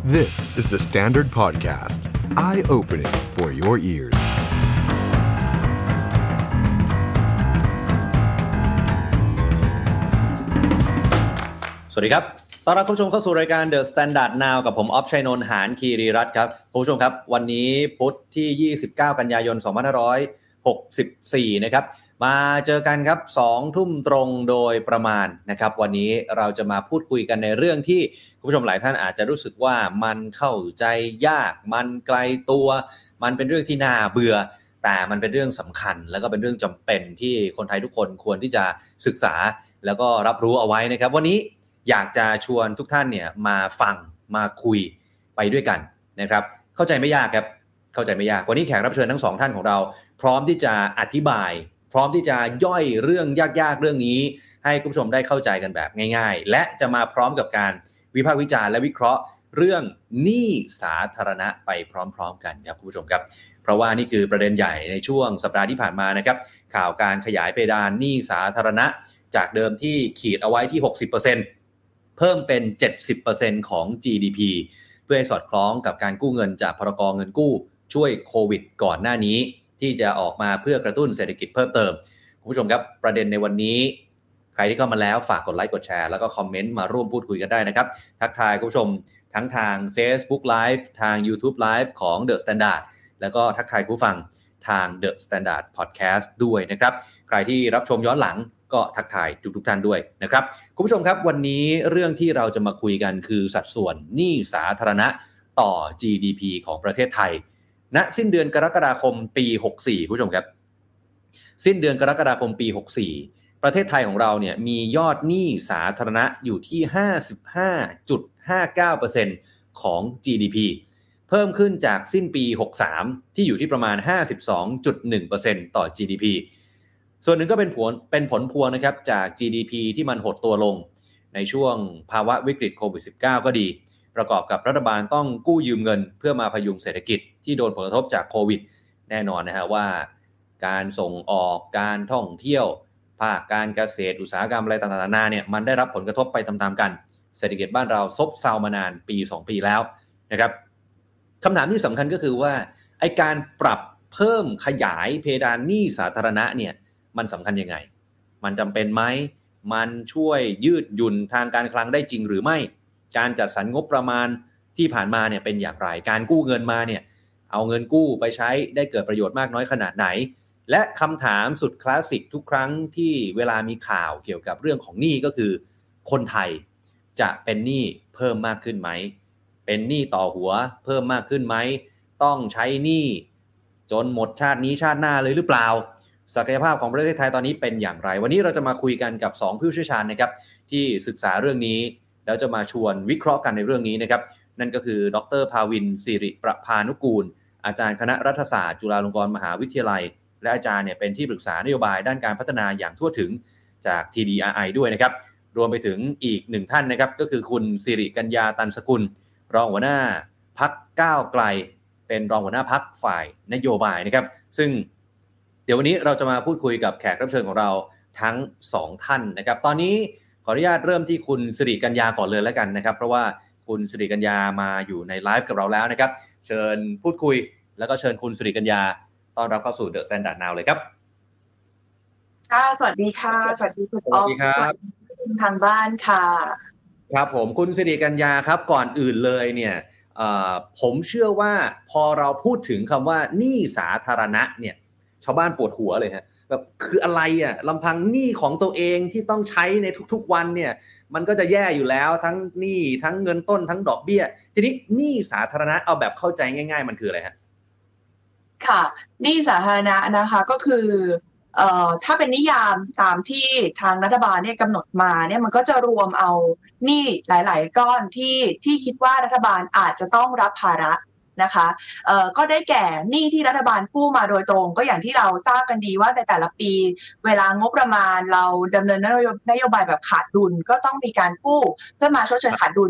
This is the Standard Podcast. Eye-opening for your ears. สวัสดีครับต้อนรับคุณผู้ชมเข้าสู่รายการ The Standard Now กับผมออฟชัยนนท์หานคีรีรัตน์ครับคุณผู้ชมครับวันนี้พุธที่29กันยายน2564นะครับมาเจอกันครับ 2 ทุ่มตรงโดยประมาณนะครับวันนี้เราจะมาพูดคุยกันในเรื่องที่คุณผู้ชมหลายท่านอาจจะรู้สึกว่ามันเข้าใจยากมันไกลตัวมันเป็นเรื่องที่น่าเบื่อแต่มันเป็นเรื่องสำคัญแล้วก็เป็นเรื่องจำเป็นที่คนไทยทุกคนควรที่จะศึกษาแล้วก็รับรู้เอาไว้นะครับวันนี้อยากจะชวนทุกท่านเนี่ยมาฟังมาคุยไปด้วยกันนะครับเข้าใจไม่ยากครับเข้าใจไม่ยากวันนี้แขกรับเชิญทั้ง2ท่านของเราพร้อมที่จะอธิบายพร้อมที่จะย่อยเรื่องยากๆเรื่องนี้ให้คุณผู้ชมได้เข้าใจกันแบบง่ายๆและจะมาพร้อมกับการวิพากษ์วิจารณ์และวิเคราะห์เรื่องหนี้สาธารณะไปพร้อมๆกันครับคุณผู้ชมครับเพราะว่านี่คือประเด็นใหญ่ในช่วงสัปดาห์ที่ผ่านมานะครับข่าวการขยายเพดานหนี้สาธารณะจากเดิมที่ขีดเอาไว้ที่ 60%เพิ่มเป็น 70% ของ GDP เพื่อให้สอดคล้องกับการกู้เงินจากพรก.เงินกู้ช่วยโควิดก่อนหน้านี้ที่จะออกมาเพื่อกระตุ้นเศรษฐกิจเพิ่มเติมคุณผู้ชมครับประเด็นในวันนี้ใครที่เข้ามาแล้วฝากกดไลค์กดแชร์แล้วก็คอมเมนต์มาร่วมพูดคุยกันได้นะครับทักทายคุณผู้ชมทั้งทาง Facebook Live ทาง YouTube Live ของ The Standard แล้วก็ทักทายผู้ฟังทาง The Standard Podcast ด้วยนะครับใครที่รับชมย้อนหลังก็ทักทายทุกท่านด้วยนะครับคุณผู้ชมครับวันนี้เรื่องที่เราจะมาคุยกันคือสัดส่วนหนี้สาธารณะต่อ GDP ของประเทศไทยณสิ้นเดือนกรกฎาคมปี64คุณผู้ชมครับสิ้นเดือนกรกฎาคมปี64ประเทศไทยของเราเนี่ยมียอดหนี้สาธารณะอยู่ที่ 55.59% ของ GDP เพิ่มขึ้นจากสิ้นปี63ที่อยู่ที่ประมาณ 52.1% ต่อ GDP ส่วนหนึ่งก็เป็นผลพวงนะครับจาก GDP ที่มันหดตัวลงในช่วงภาวะวิกฤตโควิด -19 ก็ดีประกอบกับรัฐบาลต้องกู้ยืมเงินเพื่อมาพยุงเศรษฐกิจที่โดนผลกระทบจากโควิดแน่นอนนะฮะว่าการส่งออกการท่องเที่ยวภาคการเกษตรอุตสาหกรรมอะไรต่างๆนานาเนี่ยมันได้รับผลกระทบไปตามๆกันเศรษฐกิจบ้านเราซบเซามานานปี2ปีแล้วนะครับคำถามที่สำคัญก็คือว่าไอ้การปรับเพิ่มขยายเพดานหนี้สาธารณะเนี่ยมันสำคัญยังไงมันจำเป็นไหมมันช่วยยืดหยุ่นทางการคลังได้จริงหรือไม่การจัดสรรงบประมาณที่ผ่านมาเนี่ยเป็นอย่างไรการกู้เงินมาเนี่ยเอาเงินกู้ไปใช้ได้เกิดประโยชน์มากน้อยขนาดไหนและคำถามสุดคลาสสิกทุกครั้งที่เวลามีข่าวเกี่ยวกับเรื่องของหนี้ก็คือคนไทยจะเป็นหนี้เพิ่มมากขึ้นไหมเป็นหนี้ต่อหัวเพิ่มมากขึ้นไหมต้องใช้หนี้จนหมดชาตินี้ชาติหน้าเลยหรือเปล่าศักยภาพของประเทศไทยตอนนี้เป็นอย่างไรวันนี้เราจะมาคุยกันกับ2ผู้เชี่ยวชาญนะครับที่ศึกษาเรื่องนี้แล้วจะมาชวนวิเคราะห์กันในเรื่องนี้นะครับนั่นก็คือดร.ภาวินทร์ศิริประภานุกูลอาจารย์คณะรัฐศาสตร์จุฬาลงกรณ์มหาวิทยาลัยและอาจารย์เนี่ยเป็นที่ปรึกษานโยบายด้านการพัฒนาอย่างทั่วถึงจาก TDRI ด้วยนะครับรวมไปถึงอีก1ท่านนะครับก็คือคุณศิริกัญญาตันสกุลรองหัวหน้าพรรคก้าวไกลเป็นรองหัวหน้าพรรคฝ่ายนโยบายนะครับซึ่งเดี๋ยววันนี้เราจะมาพูดคุยกับแขกรับเชิญของเราทั้ง2ท่านนะครับตอนนี้ขออนุญาตเริ่มที่คุณศิริกัญญาก่อนเลยแล้วกันนะครับเพราะว่าคุณศิริกัญญามาอยู่ในไลฟ์กับเราแล้วนะครับเชิญพูดคุยแล้วก็เชิญคุณศิริกัญญาต้อนรับเข้าสู่ The Standard Now เลยครับค่ะสวัสดีค่ะสวัสดีคุณออฟครับทางบ้านค่ะครับผมคุณศิริกัญญาครับก่อนอื่นเลยเนี่ยผมเชื่อว่าพอเราพูดถึงคำว่าหนี้สาธารณะเนี่ยชาวบ้านปวดหัวเลยฮะแบบคืออะไรอ่ะลำพังหนี้ของตัวเองที่ต้องใช้ในทุกๆวันเนี่ยมันก็จะแย่อยู่แล้วทั้งหนี้ทั้งเงินต้นทั้งดอกเบี้ยทีนี้หนี้สาธารณะเอาแบบเข้าใจง่ายๆมันคืออะไรฮะค่ะหนี้สาธารณะนะคะก็คือถ้าเป็นนิยามตามที่ทางรัฐบาลเนี่ยกำหนดมาเนี่ยมันก็จะรวมเอาหนี้หลายๆก้อนที่คิดว่ารัฐบาลอาจจะต้องรับภาระนะคะก็ได้แก่หนี้ที่รัฐบาลกู้มาโดยตรงก็อย่างที่เราทราบกันดีว่าในแต่ละปีเวลางบประมาณเราดำเนินนโยบายแบบขาดดุลก็ต้องมีการกู้เพื่อมาชดเชยขาดดุล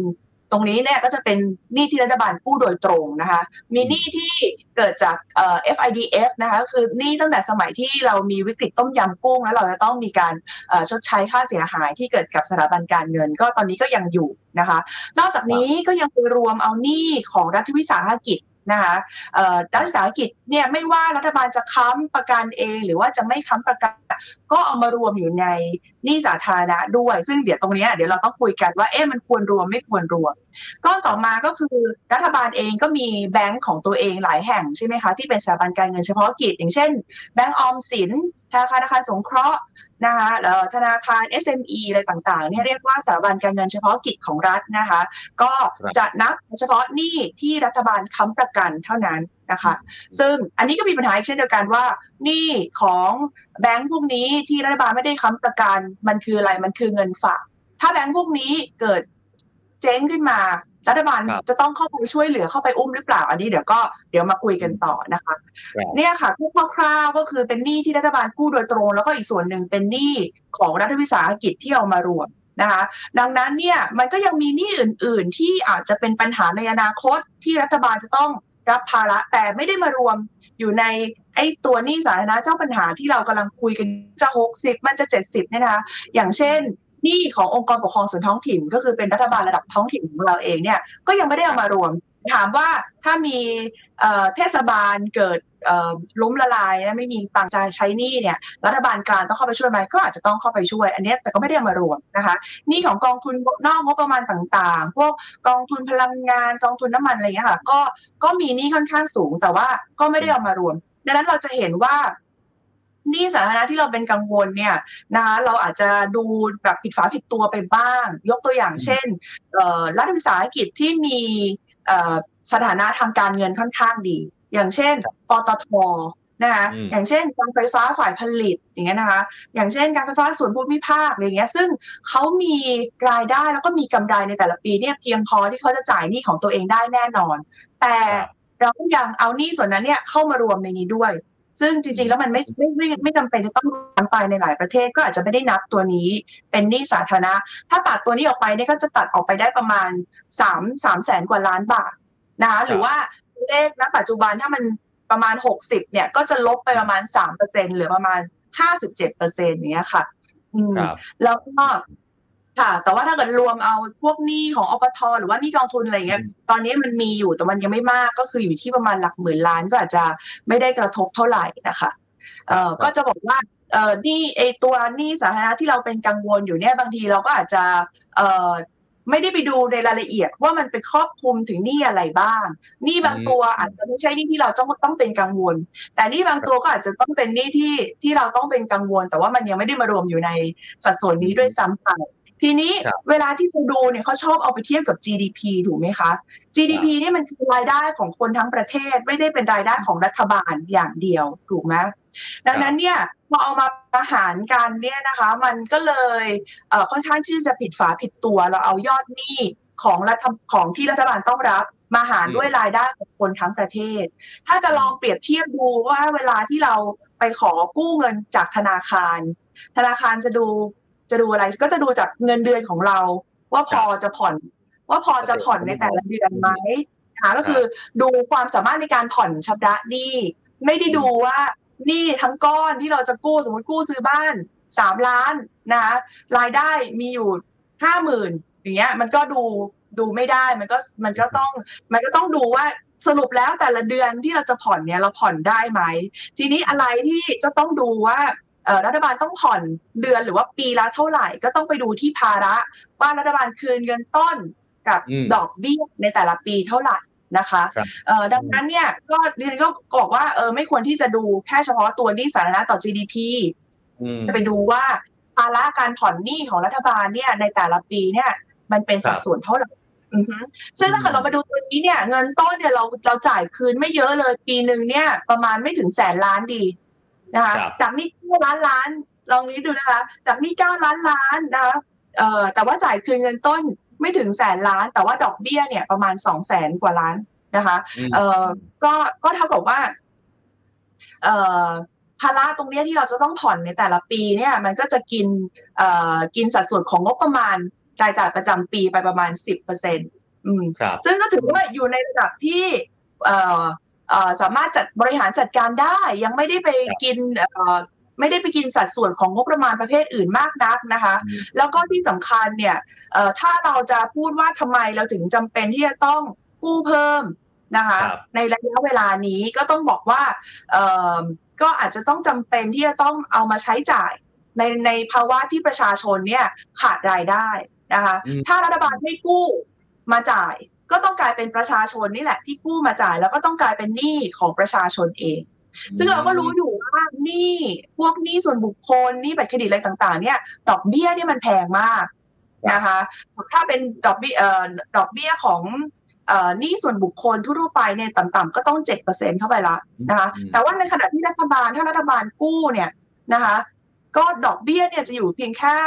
ตรงนี้เนี่ยก็จะเป็นหนี้ที่รัฐบาลกู้โดยตรงนะคะมีหนี้ที่เกิดจากFIDF นะคะคือหนี้ตั้งแต่สมัยที่เรามีวิกฤตต้มยำกุ้งแล้วเราจะต้องมีการชดใช้ค่าเสียหายที่เกิดกับสถาบันการเงินก็ตอนนี้ก็ยังอยู่นะคะนอกจากนี้ก็ยังไปรวมเอาหนี้ของรัฐวิสาหกิจนะคะรัฐวิสาหกิจเนี่ยไม่ว่ารัฐบาลจะค้ำประกันเองหรือว่าจะไม่ค้ำประกันก็เอามารวมอยู่ในหนี้สาธารณะด้วยซึ่งเดี๋ยวตรงนี้เดี๋ยวเราต้องคุยกันว่ามันควรรวมไม่ควรรวมก็ต่อมาก็คือรัฐบาลเองก็มีแบงก์ของตัวเองหลายแห่งใช่ไหมคะที่เป็นสถาบันการเงินเฉพาะกิจอย่างเช่นแบงก์ออมสินธนาคารสงเคราะห์นะคะธนาคาร SME อะไรต่างๆเนี่ยเรียกว่าสถาบันการเงินเฉพาะกิจของรัฐนะคะก็จะนับเฉพาะหนี้ที่รัฐบาลค้ำประกันเท่านั้นนะคะซึ่งอันนี้ก็มีปัญหาเช่นเดียวกันว่าหนี้ของแบงก์พวกนี้ที่รัฐบาลไม่ได้ค้ำประกันมันคืออะไรมันคือเงินฝากถ้าแบงก์พวกนี้เกิดเจ๊งขึ้นมารัฐบาลจะต้องเข้าไปช่วยเหลือเข้าไปอุ้มหรือเปล่าอันนี้เดี๋ยวมาคุยกันต่อนะคะเนี่ยค่ะคร่าวๆก็คือเป็นหนี้ที่รัฐบาลกู้โดยตรงแล้วก็อีกส่วนหนึ่งเป็นหนี้ของรัฐวิสาหกิจที่เอามารวมนะคะดังนั้นเนี่ยมันก็ยังมีหนี้อื่นๆที่อาจจะเป็นปัญหาในอนาคตที่รัฐบาลจะต้องรับภาระแต่ไม่ได้มารวมอยู่ในไอ้ตัวหนี้สาธารณะเจ้าปัญหาที่เรากำลังคุยกันจะ60มันจะ70เนี่ยนะคะอย่างเช่นหนี้ขององค์กรปกครองส่วนท้องถิ่นก็คือเป็นรัฐบาลระดับท้องถิ่นของเราเองเนี่ยก็ยังไม่ได้เอามารวมถามว่าถ้ามีเทศบาลเกิดล้มละลายนะไม่มีตังค์จะใช้หนี้เนี่ยรัฐบาลกลางต้องเข้าไปช่วยไหมก็อาจจะต้องเข้าไปช่วยอันนี้แต่ก็ไม่ได้เอามารวมนะคะหนี้ของกองทุนนอกงบประมาณต่างๆพวกกองทุนพลังงานกองทุนน้ำมันอะไรอย่างเงี้ยค่ะก็มีหนี้ค่อนข้างสูงแต่ว่าก็ไม่ได้เอามารวมดังนั้นเราจะเห็นว่าหนี้สาธารณะที่เราเป็นกังวลเนี่ยนะคะเราอาจจะดูแบบผิดฝาผิดตัวไปบ้างยกตัวอย่างเช่นรัฐวิสาหกิจที่มีสถานะทางการเงินค่อนข้างดีอย่างเช่นปตท.นะคะอย่างเช่นการไฟฟ้าฝ่ายผลิตอย่างเงี้ยนะคะอย่างเช่นการไฟฟ้าส่วนภูมิภาคอะไรเงี้ยซึ่งเขามีรายได้แล้วก็มีกำไรในแต่ละปีเนี่ยเพียงพอที่เขาจะจ่ายหนี้ของตัวเองได้แน่นอนแต่เราก็ยังเอาหนี้ส่วนนั้นเนี่ยเข้ามารวมในนี้ด้วยซึ่งจริงๆแล้วมันไม่จำเป็นจะต้องนับไปในหลายประเทศก็อาจจะไม่ได้นับตัวนี้เป็นหนี้สาธารณะถ้าตัดตัวนี้ออกไปเนี่ยก็จะตัดออกไปได้ประมาณ3แสนกว่าล้านบาทนะคะหรือว่าเลขณปัจจุบันถ้ามันประมาณ60เนี่ยก็จะลบไปประมาณ 3% เหลือประมาณ 57% อย่างเงี้ยค่ะแล้วก็ค่ะแต่ว่าถ้าเกิดรวมเอาพวกหนี้ของอปท.หรือว่าหนี้กองทุนอะไรเงี้ยตอนนี้มันมีอยู่แต่มันยังไม่มากก็คืออยู่ที่ประมาณหลักหมื่นล้านก็อาจจะไม่ได้กระทบเท่าไหร่นะคะก็จะบอกว่านี่ตัวหนี้สาธารณะที่เราเป็นกังวลอยู่เนี่ยบางทีเราก็อาจจะไม่ได้ไปดูในรายละเอียดว่ามันไปครอบคลุมถึงหนี้อะไรบ้างหนี้บางตัวอาจจะไม่ใช่หนี้ที่เราต้องเป็นกังวลแต่หนี้บางตัวก็อาจจะต้องเป็นหนี้ที่เราต้องเป็นกังวลแต่ว่ามันยังไม่ได้มารวมอยู่ในสัดส่วนนี้ด้วยซ้ำไปทีนี้เวลาที่เราดูเนี่ยเขาชอบเอาไปเทียบกับ GDP ถูกไหมคะ GDP นี่มันคือรายได้ของคนทั้งประเทศไม่ได้เป็นรายได้ของรัฐบาลอย่างเดียวถูกไหมดังนั้นเนี่ยพอเอามาประหารกันเนี่ยนะคะมันก็เลยค่อนข้างที่จะผิดฝาผิดตัวเราเอายอดหนี้ของที่รัฐบาลต้องรับมาหารด้วยรายได้ของคนทั้งประเทศถ้าจะลองเปรียบเทียบดูว่าเวลาที่เราไปขอกู้เงินจากธนาคารจะดูอะไรก็จะดูจากเงินเดือนของเราว่าพอจะผ่อนในแต่ละเดือนไหมนะคะก็คือดูความสามารถในการผ่อนชำระหนี้ไม่ได้ดูว่าหนี้ทั้งก้อนที่เราจะกู้สมมติกู้ซื้อบ้าน3 ล้านนะคะรายได้มีอยู่ 50,000 อย่างเงี้ยมันก็ดูไม่ได้มันก็ต้องดูว่าสรุปแล้วแต่ละเดือนที่เราจะผ่อนเนี่ยเราผ่อนได้ไหมทีนี้อะไรที่จะต้องดูว่ารัฐบาลต้องผ่อนเดือนหรือว่าปีละเท่าไหร่ก็ต้องไปดูที่ภาระว่ารัฐบาลคืนเงินต้นกับดอกเบี้ยในแต่ละปีเท่าไหร่นะคะดังนั้นเนี่ยก็เรียนก็บอกว่าไม่ควรที่จะดูแค่เฉพาะตัวหนี้สาธารณะต่อ GDP จะไปดูว่าภาระการผ่อนหนี้ของรัฐบาลเนี่ยในแต่ละปีเนี่ยมันเป็นสัดส่วนเท่าไหร่ซึ่งถ้าเกิดเรามาดูตัวนี้เนี่ยเงินต้นเนี่ยเราจ่ายคืนไม่เยอะเลยปีนึงเนี่ยประมาณไม่ถึงแสนล้านดีนะคะจากหนี้9 ล้านลองนี้ดูนะคะจากหนี้9 ล้านนะคะแต่ว่าจ่ายคืนเงินต้นไม่ถึงแสนล้านแต่ว่าดอกเบี้ยเนี่ยประมาณ200,000 กว่าล้านนะคะก็เท่ากับว่าภาระตรงนี้ที่เราจะต้องผ่อนในแต่ละปีเนี่ยมันก็จะกินสัดส่วนของงบประมาณรายจ่ายประจำปีไปประมาณ 10% ซึ่งก็ถือว่าอยู่ในระดับที่สามารถบริหารจัดการได้ยังไม่ได้ไปกินไม่ได้ไปกินสัดส่วนของงบประมาณประเภทอื่นมากนักนะคะแล้วก็ที่สำคัญเนี่ยถ้าเราจะพูดว่าทำไมเราถึงจำเป็นที่จะต้องกู้เพิ่มนะคะในระยะเวลานี้ก็ต้องบอกว่าก็อาจจะต้องจำเป็นที่จะต้องเอามาใช้จ่ายในภาวะที่ประชาชนเนี่ยขาดรายได้นะคะถ้ารัฐบาลให้กู้มาจ่ายก็ต้องกลายเป็นประชาชนนี่แหละที่กู้มาจ่ายแล้วก็ต้องกลายเป็นหนี้ของประชาชนเองซึ่งเราก็รู้อยู่ว่าหนี้พวกหนี้ส่วนบุคคลหนี้บัตรเครดิตอะไรต่างๆเนี่ยดอกเบี้ยเนี่ยมันแพงมากนะคะถ้าเป็นดอกเบี้ยของหนี้ส่วนบุคคลทั่วไปเนี่ยต่ำๆก็ต้อง 7% เข้าไปละนะคะแต่ว่าในขณะที่รัฐบาลถ้ารัฐบาลกู้เนี่ยนะคะก็ดอกเบี้ยเนี่ยจะอยู่เพียงแค่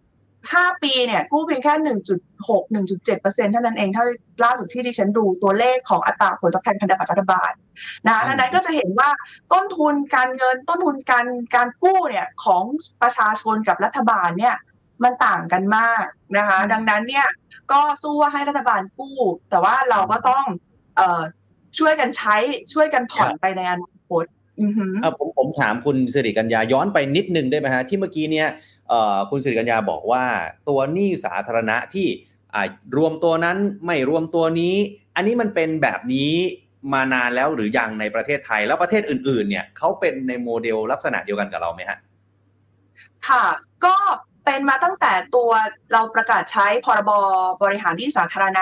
5 ปีเนี่ยกู้เพียงแค่ 1.6 1.7% เท่านั้นเองเท่าล่าสุดที่ดิฉันดูตัวเลขของอัตราผลตอบแทนพันธบัตรรัฐบาลนะคะดังนั้นก็จะเห็นว่าต้นทุนการเงินต้นทุนการกู้เนี่ยของประชาชนกับรัฐบาลเนี่ยมันต่างกันมากนะคะดังนั้นเนี่ยก็สู้ว่าให้รัฐบาลกู้แต่ว่าเราก็ต้องช่วยกันใช้ช่วยกันผ่อนไปในอนาคตผมถามคุณสิริกัญญาย้อนไปนิดนึงได้ไหมฮะที่เมื่อกี้เนี่ยคุณสิริกัญญาบอกว่าตัวหนี้สาธารณะที่รวมตัวนั้นไม่รวมตัวนี้อันนี้มันเป็นแบบนี้มานานแล้วหรือยังในประเทศไทยแล้วประเทศอื่นๆเนี่ยเขาเป็นในโมเดลลักษณะเดียวกันกับเราไหมฮะค่ะก็เป็นมาตั้งแต่ตัวเราประกาศใช้พรบบริหารหนี้สาธารณะ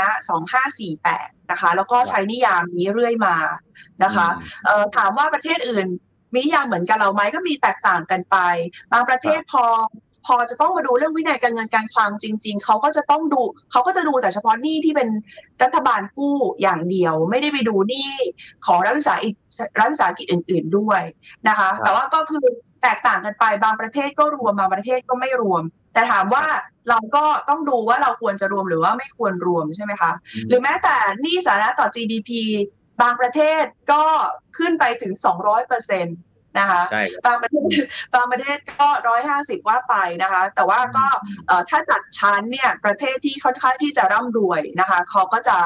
2548นะคะแล้วก็ใช้นิยามนี้เรื่อยมานะคะถามว่าประเทศอื่นมีนิยามเหมือนกันเราไหมก็มีแตกต่างกันไปบางประเทศพอจะต้องมาดูเรื่องวินัยการเงินการคลังจริงๆเขาก็จะดูแต่เฉพาะหนี้ที่เป็นรัฐบาลกู้อย่างเดียวไม่ได้ไปดูหนี้ของรัฐวิสาหกิจอื่นๆด้วยนะคะแต่ว่าก็คือแตกต่างกันไปบางประเทศก็รวมบางประเทศก็ไม่รวมแต่ถามว่าเราก็ต้องดูว่าเราควรจะรวมหรือว่าไม่ควรรวมใช่ไหมคะหรือแม้แต่หนี้สาธารณะต่อ GDP บางประเทศก็ขึ้นไปถึง 200%นะคะบางประเทศก็150ว่าไปนะคะแต่ว่าก็ถ้าจัดชั้นเนี่ยประเทศที่ค่อนข้างที่จะร่ำรวยนะคะเขาก็จะ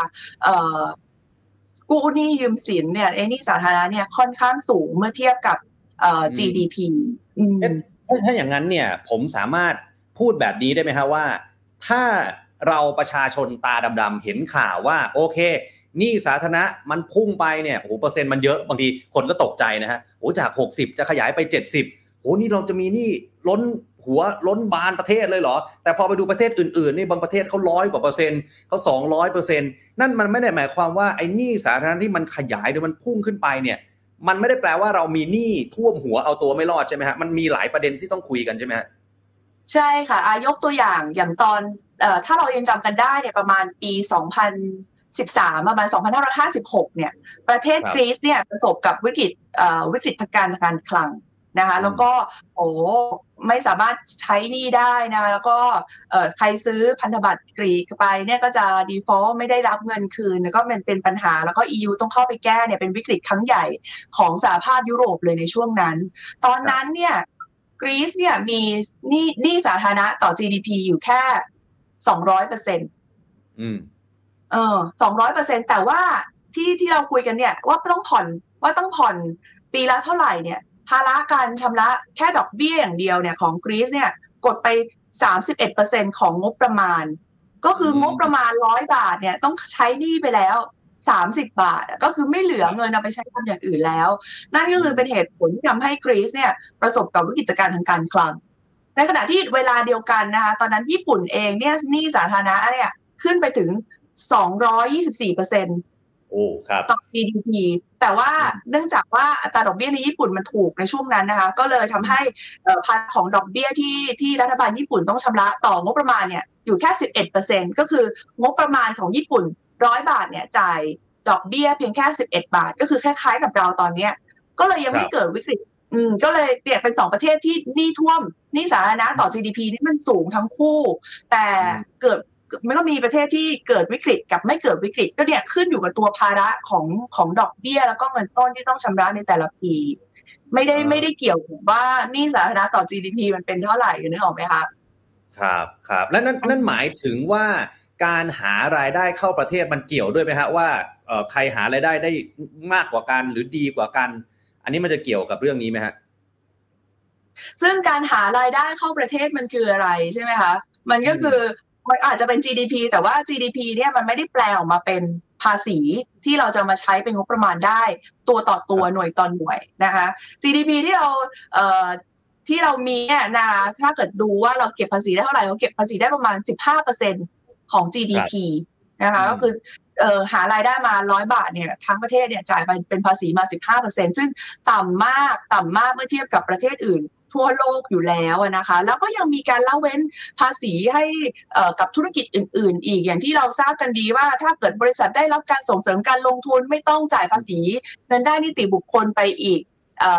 กู้หนี้ยืมสินเนี่ยหนี้สาธารณะเนี่ยค่อนข้างสูงเมื่อเทียบกับGDP ถ้าอย่างนั้นเนี่ยผมสามารถพูดแบบนี้ได้ไหมฮะว่าถ้าเราประชาชนตาดำๆเห็นข่าวว่าโอเคหนี้สาธารณะมันพุ่งไปเนี่ยโอ้โหเปอร์เซ็นต์มันเยอะบางทีคนก็ตกใจนะฮะโอ้จาก60จะขยายไป70โอ้นี่เราจะมีหนี้ล้นหัวล้นบานประเทศเลยเหรอแต่พอไปดูประเทศอื่นๆนี่บางประเทศเขา100 กว่าเปอร์เซ็นต์เขา200%นั่นมันไม่ได้หมายความว่าไอ้หนี้สาธารณะที่มันขยายหรือมันพุ่งขึ้นไปเนี่ยมันไม่ได้แปลว่าเรามีหนี้ท่วมหัวเอาตัวไม่รอดใช่ไหมฮะมันมีหลายประเด็นที่ต้องคุยกันใช่ไหมฮะใช่ค่ะยกตัวอย่างตอนถ้าเรายังจำกันได้เนี่ยประมาณปี2013ประมาณ2556เนี่ยประเทศกรีซเนี่ยประสบกับวิกฤตทางการคลังนะคะแล้วก็ไม่สามารถใช้หนี้ได้นะคะแล้วก็ใครซื้อพันธบัตรกรีกไปเนี่ยก็จะ default ไม่ได้รับเงินคืนแล้วก็เป็นปัญหาแล้วก็ EU ต้องเข้าไปแก้เนี่ยเป็นวิกฤตครั้งใหญ่ของสหภาพยุโรปเลยในช่วงนั้นตอนนั้นเนี่ยกรีซเนี่ยมีหนี้สาธารณะต่อ GDP อยู่แค่ 200% 200% แต่ว่าที่เราคุยกันเนี่ยว่าต้องผ่อนปีละเท่าไหร่เนี่ยภาระการชำระแค่ดอกเบี้ยอย่างเดียวเนี่ยของกรีซเนี่ยกดไป 31% ของงบประมาณก็คืองบประมาณ100 บาทเนี่ยต้องใช้หนี้ไปแล้ว30 บาทก็คือไม่เหลือเงินเอาไปใช้ทำอย่างอื่นแล้วนั่นก็คือเป็นเหตุผลที่ทำให้กรีซเนี่ยประสบกับวิกฤตการณ์ทางการคลังในขณะที่เวลาเดียวกันนะคะตอนนั้นญี่ปุ่นเองเนี่ยหนี้สาธารณะเนี่ยขึ้นไปถึง 224%ต่อ GDP แต่ว่าเนื่องจากว่าอัตราดอกเบี้ยในญี่ปุ่นมันถูกในช่วงนั้นนะคะก็เลยทำให้ภาระของดอกเบี้ยที่รัฐบาลญี่ปุ่นต้องชำระต่องบประมาณเนี่ยอยู่แค่ 11% ก็คืองบประมาณของญี่ปุ่น100 บาทเนี่ยจ่ายดอกเบี้ยเพียงแค่11 บาทก็คือคล้ายๆกับเราตอนนี้ก็เลยยังไม่เกิดวิกฤตก็เลยเปรียบเป็น2ประเทศที่หนี้ท่วมหนี้สาธารณะต่อ GDP นี่มันสูงทั้งคู่แต่มันก็มีประเทศที่เกิดวิกฤตกับไม่เกิดวิกฤตก็เนี่ยขึ้นอยู่กับตัวภาระของดอกเบี้ยแล้วก็เงินต้นที่ต้องชำระในแต่ละปีไม่ได้เกี่ยวกับว่าหนี้สาธารณะต่อ GDP มันเป็นเท่าไหร่นึกออกไหมคะครับและนั่นหมายถึงว่าการหารายได้เข้าประเทศมันเกี่ยวด้วยไหมฮะว่าใครหารายได้ได้มากกว่ากันหรือดีกว่ากันอันนี้มันจะเกี่ยวกับเรื่องนี้ไหมฮะซึ่งการหารายได้เข้าประเทศมันคืออะไรใช่ไหมคะมันก็คือมันอาจจะเป็น GDP แต่ว่า GDP เนี่ยมันไม่ได้แปลออกมาเป็นภาษีที่เราจะมาใช้เป็นงบประมาณได้ตัวต่อตัวหน่วยต่อหน่วยนะคะ GDP ที่เรามีเนี่ยนะคะถ้าเกิดดูว่าเราเก็บภาษีได้เท่าไหร่เราเก็บภาษีได้ประมาณ 15% ของ GDP นะคะก็คือหารายได้มา100 บาทเนี่ยทั้งประเทศเนี่ยจ่ายไปเป็นภาษีมา 15% ซึ่งต่ำมากเมื่อเทียบกับประเทศอื่นทั่วโลกอยู่แล้วนะคะแล้วก็ยังมีการละเว้นภาษีให้กับธุรกิจอื่นๆอีกอย่างที่เราทราบกันดีว่าถ้าเกิดบริษัทได้รับการส่งเสริมการลงทุนไม่ต้องจ่ายภาษีเงินได้นิติบุคคลไปอีก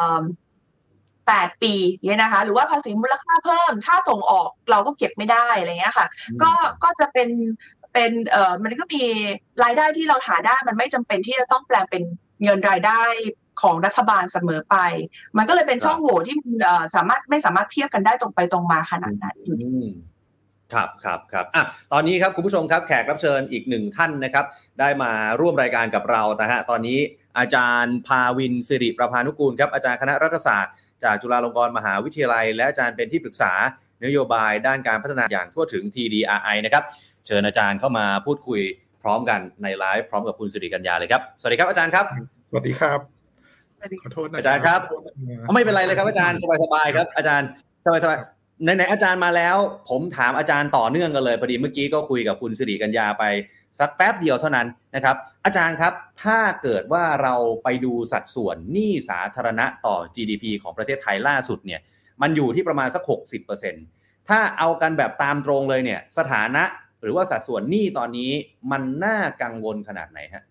8 ปีเนี่ยนะคะหรือว่าภาษีมูลค่าเพิ่มถ้าส่งออกเราก็เก็บไม่ได้อะไรเงี้ยค่ะก็จะเป็นมันก็มีรายได้ที่เราหาได้มันไม่จำเป็นที่จะต้องแปลงเป็นเงินรายได้ของรัฐบาลเสมอไปมันก็เลยเป็นช่องโหว่ที่ไม่สามารถเทียบกันได้ตรงไปตรงมาขนาดนั้นอยู่ครับอ่ะตอนนี้ครับคุณผู้ชมครับแขกรับเชิญอีก1ท่านนะครับได้มาร่วมรายการกับเรานะฮะตอนนี้อาจารย์ภาวินสิริประภานุกูลครับอาจารย์คณะรัฐศาสตร์จากจุฬาลงกรณ์มหาวิทยาลัยและอาจารย์เป็นที่ปรึกษานโยบายด้านการพัฒนาอย่างทั่วถึง TDRI นะครับเชิญอาจารย์เข้ามาพูดคุยพร้อมกันในไลฟ์พร้อมกับคุณสิริกัญญาเลยครับสวัสดีครับอาจารย์ครับสวัสดีครับขอโทษนะอาจารย์ครับไม่เป็นไรเลยครับอาจารย์สบายๆครับอาจารย์สบายๆไหนอาจารย์มาแล้วผมถามอาจารย์ต่อเนื่องกันเลยพอดีเมื่อกี้ก็คุยกับคุณสิริกัญญาไปสักแป๊บเดียวเท่านั้นนะครับอาจารย์ครับถ้าเกิดว่าเราไปดูสัดส่วนหนี้สาธารณะต่อ GDP ของประเทศไทยล่าสุดเนี่ยมันอยู่ที่ประมาณสัก 60% ถ้าเอากันแบบตามตรงเลยเนี่ยสถานะหรือว่าสัดส่วนหนี้ตอนนี้มันน่ากังวลขนาดไหนฮะ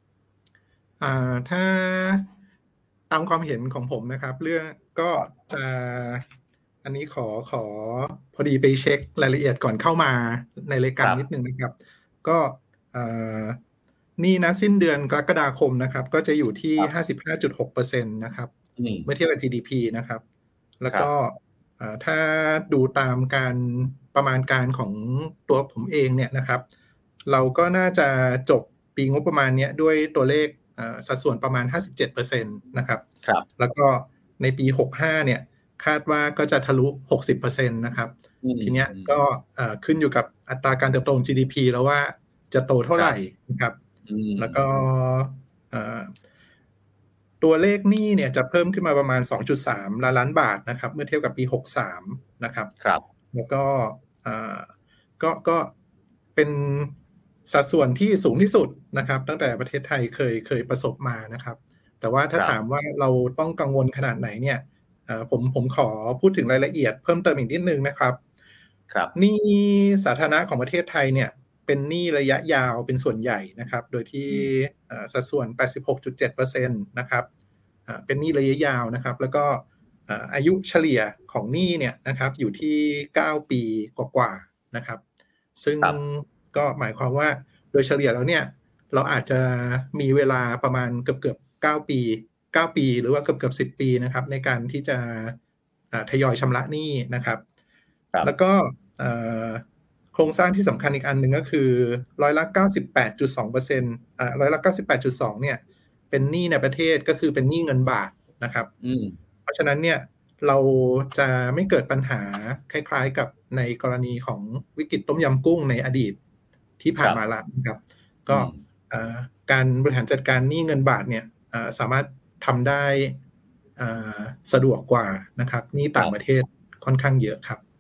ถ้าตามความเห็นของผมนะครับเรื่องก็จะอันนี้ขอพอดีไปเช็ครายละเอียดก่อนเข้ามาในรายการนิดนึงนะครับก็นี่นะสิ้นเดือนกรกฎาคมนะครับก็จะอยู่ที่ 55.6% นะครับเมื่อเทียบกับ GDP นะครับแล้วก็ถ้าดูตามการประมาณการของตัวผมเองเนี่ยนะครับเราก็น่าจะจบปีงบประมาณนี้ด้วยตัวเลขสัดส่วนประมาณ 57% นะครับแล้วก็ในปี65เนี่ยคาดว่าก็จะทะลุ 60% นะครับทีเนี้ยก็ขึ้นอยู่กับอัตราการเติบโตของ GDP แล้วว่าจะโตเท่าไหร่นะครับแล้วก็ตัวเลขหนี้เนี่ยจะเพิ่มขึ้นมาประมาณ 2.3 ล้านบาทนะครับเมื่อเทียบกับปี63นะครับแล้วก็เป็นสัดส่วนที่สูงที่สุดนะครับตั้งแต่ประเทศไทยเคยประสบมานะครับแต่ว่าถ้าถามว่าเราต้องกังวลขนาดไหนเนี่ยผมขอพูดถึงรายละเอียดเพิ่มเติมอีกนิดนึงนะครับหนี้สาธารณะของประเทศไทยเนี่ยเป็นหนี้ระยะยาวเป็นส่วนใหญ่นะครับโดยที่สัดส่วน 86.7% นะครับเป็นหนี้ระยะยาวนะครับแล้วก็อายุเฉลี่ยของหนี้เนี่ยนะครับอยู่ที่9 ปีกว่าๆนะครับซึ่งก็หมายความว่าโดยเฉลี่ยแล้วเนี่ยเราอาจจะมีเวลาประมาณเกือบ9 ปีหรือว่าเกือบ10 ปีนะครับในการที่จะทยอยชำระหนี้นะครับแล้วก็โครงสร้างที่สำคัญอีกอันหนึ่งก็คือ98.2% เนี่ยเป็นหนี้ในประเทศก็คือเป็นหนี้เงินบาทนะครับเพราะฉะนั้นเนี่ยเราจะไม่เกิดปัญหาคล้ายๆกับในกรณีของวิกฤตต้มยำกุ้งในอดีตที่ผ่านมาแล้วนะครับก็การบริหารจัดการหนี้เงินบาทเนี่ยสามารถทำได้สะดวกกว่านะครับหนี้ต่างประเทศค่อนข้างเยอะครับ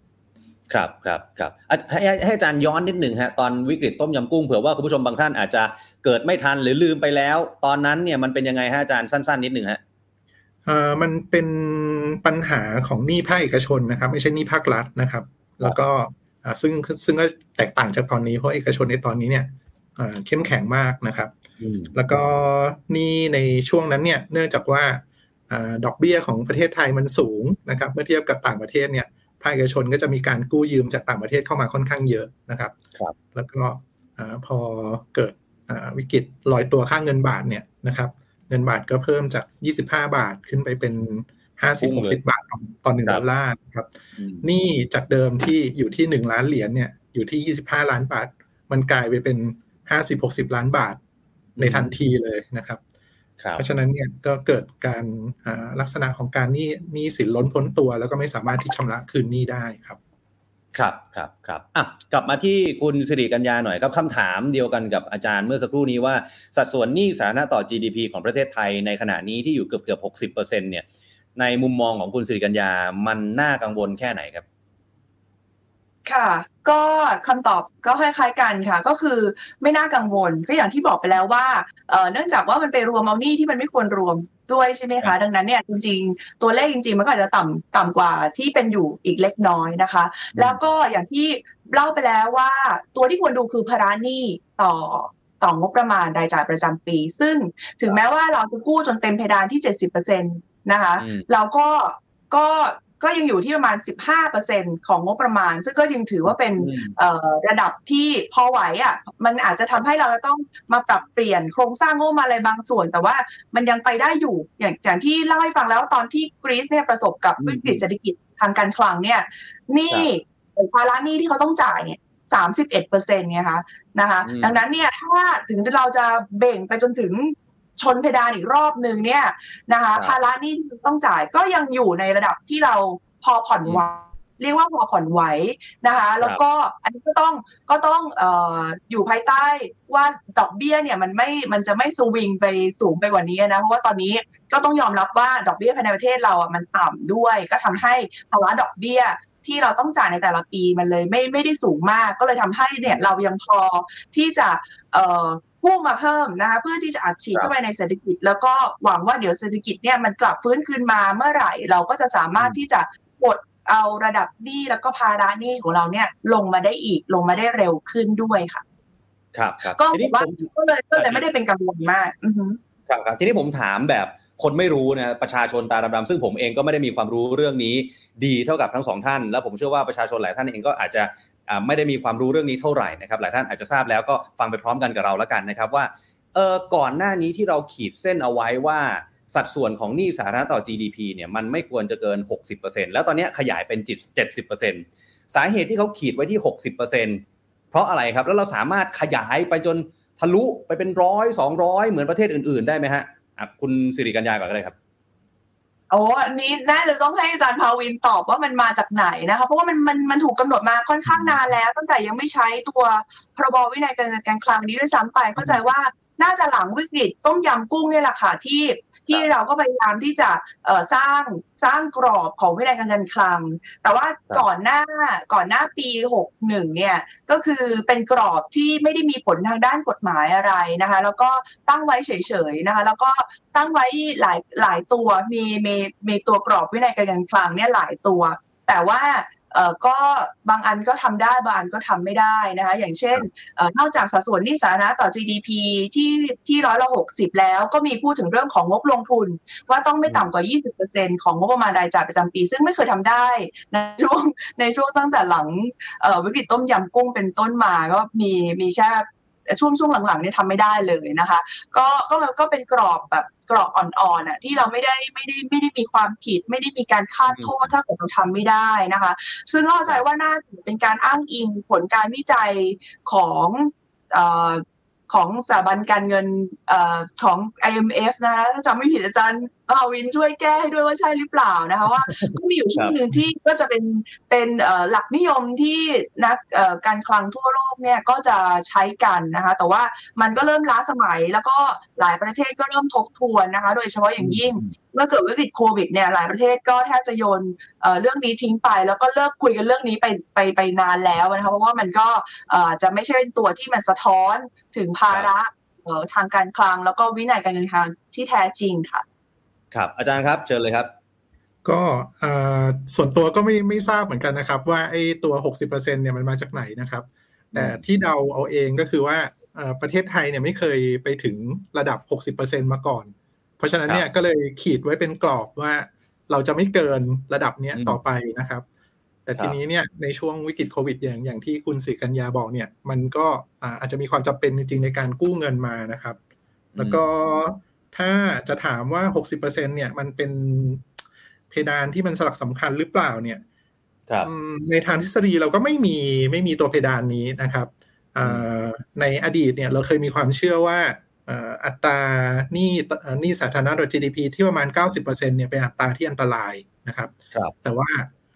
ให้อาจารย์ย้อนนิดหนึ่งฮะตอนวิกฤตต้มยำกุ้งเผื่อว่าคุณผู้ชมบางท่านอาจจะเกิดไม่ทันหรือลืมไปแล้วตอนนั้นเนี่ยมันเป็นยังไงฮะอาจารย์สั้นๆนิดหนึ่งฮะมันเป็นปัญหาของหนี้ภาคเอกชนนะครับไม่ใช่หนี้ภาครัฐนะครับแล้วก็ซึ่งก็แตกต่างจากตอนนี้เพราะเอกชนในตอนนี้เนี่ยเข้มแข็งมากนะครับแล้วก็หนี้ในช่วงนั้นเนี่ยเนื่องจากว่าดอกเบี้ยของประเทศไทยมันสูงนะครับเมื่อเทียบกับต่างประเทศเนี่ยภาคเอกชนก็จะมีการกู้ยืมจากต่างประเทศเข้ามาค่อนข้างเยอะนะครับแล้วก็พอเกิดวิกฤตลอยตัวค่าเงินบาทเนี่ยนะครับเงินบาทก็เพิ่มจาก25 บาทขึ้นไปเป็น50-60 บาทต่อ1 ดอลลาร์ครับหนี้จากเดิมที่อยู่ที่1 ล้านเหรียญเนี่ยอยู่ที่25 ล้านบาทมันกลายไปเป็น 50-60 ล้านบาทในทันทีเลยนะครับเพราะฉะนั้นเนี่ยก็เกิดการลักษณะของการหนี้สินล้นพ้นตัวแล้วก็ไม่สามารถที่ชำระคืนหนี้ได้ครับครับกลับมาที่คุณสิริกัญญาหน่อยครับคำถามเดียวกันกับอาจารย์เมื่อสักครู่นี้ว่าสัดส่วนหนี้สาธารณะต่อ GDP ของประเทศไทยในขณะนี้ที่อยู่เกือบ 60% เนี่ยในมุมมองของคุณสิริกัญญามันน่ากังวลแค่ไหนครับค่ะก็คำตอบก็คล้ายๆกันค่ะก็คือไม่น่ากังวลก็อย่างที่บอกไปแล้วว่าเนื่องจากว่ามันไปรวมเอาหนี้ที่มันไม่ควรรวมด้วยใช่ไหมคะดังนั้นเนี่ยจริงๆตัวเลขจริงๆมันก็อาจจะต่ำกว่าที่เป็นอยู่อีกเล็กน้อยนะคะแล้วก็อย่างที่เล่าไปแล้วว่าตัวที่ควรดูคือภาระหนี้ต่องบประมาณรายจ่ายประจำปีซึ่งถึงแม้ว่าเราจะกู้จนเต็มเพดานที่ 70% นะคะเราก็ยังอยู่ที่ประมาณ 15% ของงบประมาณซึ่งก็ยังถือว่าเป็นระดับที่พอไหวอ่ะมันอาจจะทำให้เราจะต้องมาปรับเปลี่ยนโครงสร้างงบประมาณอะไรบางส่วนแต่ว่ามันยังไปได้อยู่อย่างที่เล่าให้ฟังแล้วตอนที่กรีซเนี่ยประสบกับวิกฤตเศรษฐกิจทางการคลังเนี่ยนี่ภาระหนี้ที่เขาต้องจ่ายเนี่ย 31% ไงคะนะคะดังนั้นเนี่ยถ้าถึงเราจะเบ่งไปจนถึงชนเพดานอีกรอบนึงเนี่ยนะคะภาระหนี้ที่ต้องจ่ายก็ยังอยู่ในระดับที่เราพอผ่อนไหวเรียกว่าพอผ่อนไหวนะคะแล้วก็อันนี้ก็ต้องอยู่ภายใต้ว่าดอกเบี้ยเนี่ยมันจะไม่สวิงไปสูงไปกว่านี้นะเพราะว่าตอนนี้ก็ต้องยอมรับว่าดอกเบี้ยภายในประเทศเราอ่ะมันต่ำด้วยก็ทำให้ภาวะดอกเบี้ยที่เราต้องจ่ายในแต่ละปีมันเลยไม่ได้สูงมากก็เลยทำให้เนี่ยเรายังพอที่จะกู้มาเพิ่มนะคะเพื่อที่จะอัดฉีดเข้าไปในเศรษฐกิจแล้วก็หวังว่าเดี๋ยวเศรษฐกิจเนี่ยมันกลับฟื้นคืนมาเมื่อไหร่เราก็จะสามารถที่จะกดเอาระดับหนี้แล้วก็ภาระหนี้ของเราเนี่ยลงมาได้เร็วขึ้นด้วยค่ะครับก็ว่าก็เลยไม่ได้เป็นกังวลมากครับทีนี้ผมถามแบบคนไม่รู้นะประชาชนตาดำๆซึ่งผมเองก็ไม่ได้มีความรู้เรื่องนี้ดีเท่ากับทั้งสองท่านแล้วผมเชื่อว่าประชาชนหลายท่านเองก็อาจจะไม่ได้มีความรู้เรื่องนี้เท่าไหร่นะครับหลายท่านอาจจะทราบแล้วก็ฟังไปพร้อมกันกับเราแล้วกันนะครับว่าก่อนหน้านี้ที่เราขีดเส้นเอาไว้ว่าสัดส่วนของหนี้สาธารณะต่อ GDP เนี่ยมันไม่ควรจะเกิน 60% แล้วตอนนี้ขยายเป็น 70% สาเหตุที่เขาขีดไว้ที่ 60% เพราะอะไรครับแล้วเราสามารถขยายไปจนทะลุไปเป็น100 200เหมือนประเทศอื่นๆได้ไหมฮะคุณสิริกัญญาก่อนก็ได้ครับอันนี้น่าจะต้องให้อาจารย์ภาวินตอบว่ามันมาจากไหนนะคะเพราะว่ามันถูกกำหนดมาค่อนข้างนานแล้วตั้งแต่ยังไม่ใช้ตัวพรบวินัยการเงินการคลังนี้ด้วยซ้ำไปเข้าใจว่าน่าจะหลังวิกฤตต้มยำกุ้งเนี่ยแหละค่ะที่เราก็พยายามที่จะสร้างกรอบของวินัยการเงินคลังแต่ว่าก่อนหน้าปี61เนี่ยก็คือเป็นกรอบที่ไม่ได้มีผลทางด้านกฎหมายอะไรนะคะแล้วก็ตั้งไว้เฉยๆนะคะแล้วก็ตั้งไว้หลายตัวมีตัวกรอบวินัยการเงินคลังเนี่ยหลายตัวแต่ว่าก็บางอันก็ทำได้บางอันก็ทำไม่ได้นะคะอย่างเช่นนอกจากสัดส่วนหนี้สาธารณะต่อ GDP ที่60%แล้วก็มีพูดถึงเรื่องของงบลงทุนว่าต้องไม่ต่ำกว่า 20% ของงบประมาณรายจ่ายประจำปีซึ่งไม่เคยทำได้ในช่วงตั้งแต่หลังวิกฤตต้มยำกุ้งเป็นต้นมาก็มีแค่ช่วงหลังๆเนี่ยทำไม่ได้เลยนะคะก็เป็นกรอบแบบกรอบอ่อนๆอ่ะที่เราไม่ได้มีความผิดไม่ได้มีการคาดโทษถ้าเกิดเราทำไม่ได้นะคะซึ่งเข้าใจว่าน่าจะเป็นการอ้างอิงผลการวิจัยของสถาบันการเงินของ IMF นะคะถ้าจำไม่ผิดอาจารย์ภาวินช่วยแก้ให้ด้วยว่าใช่หรือเปล่านะคะว่าก็มีอยู่ช่วงนึงที่ก็จะเป็นหลักนิยมที่นักการคลังทั่วโลกเนี่ยก็จะใช้กันนะคะแต่ว่ามันก็เริ่มล้าสมัยแล้วก็หลายประเทศก็เริ่มทบทวนนะคะโดยเฉพาะอย่างยิ่งเมื่อเกิดวิกฤตโควิดเนี่ยหลายประเทศก็แทบจะโยนเรื่องนี้ทิ้งไปแล้วก็เลิกคุยกันเรื่องนี้ไปนานแล้วนะคะเพราะว่ามันก็จะไม่ใช่เป็นตัวที่มันสะท้อนถึงภาระทางการคลังแล้วก็วินัยการเงินการที่แท้จริงค่ะครับอาจารย์ครับเชิญเลยครับก็ส่วนตัวก็ไม่ทราบเหมือนกันนะครับว่าไอ้ตัว 60% เนี่ยมันมาจากไหนนะครับแต่ที่เดาเอาเองก็คือว่าประเทศไทยเนี่ยไม่เคยไปถึงระดับ 60% มาก่อนเพราะฉะนั้นเนี่ยก็เลยขีดไว้เป็นกรอบว่าเราจะไม่เกินระดับนี้ต่อไปนะครับแต่ทีนี้เนี่ยในช่วงวิกฤตโควิดอย่างที่คุณสิกัญญาบอกเนี่ยมันก็อาจจะมีความจำเป็นจริงๆในการกู้เงินมานะครับแล้วก็ถ้าจะถามว่า 60% เนี่ยมันเป็นเพดานที่มันสลักสำคัญหรือเปล่าเนี่ยในทางทฤษฎีเราก็ไม่มีตัวเพดานนี้นะครับในอดีตเนี่ยเราเคยมีความเชื่อว่าอัตราหนี้สาธารณะต่อ GDP ที่ประมาณ 90% เนี่ยเป็นอัตราที่อันตรายนะครับแต่ว่า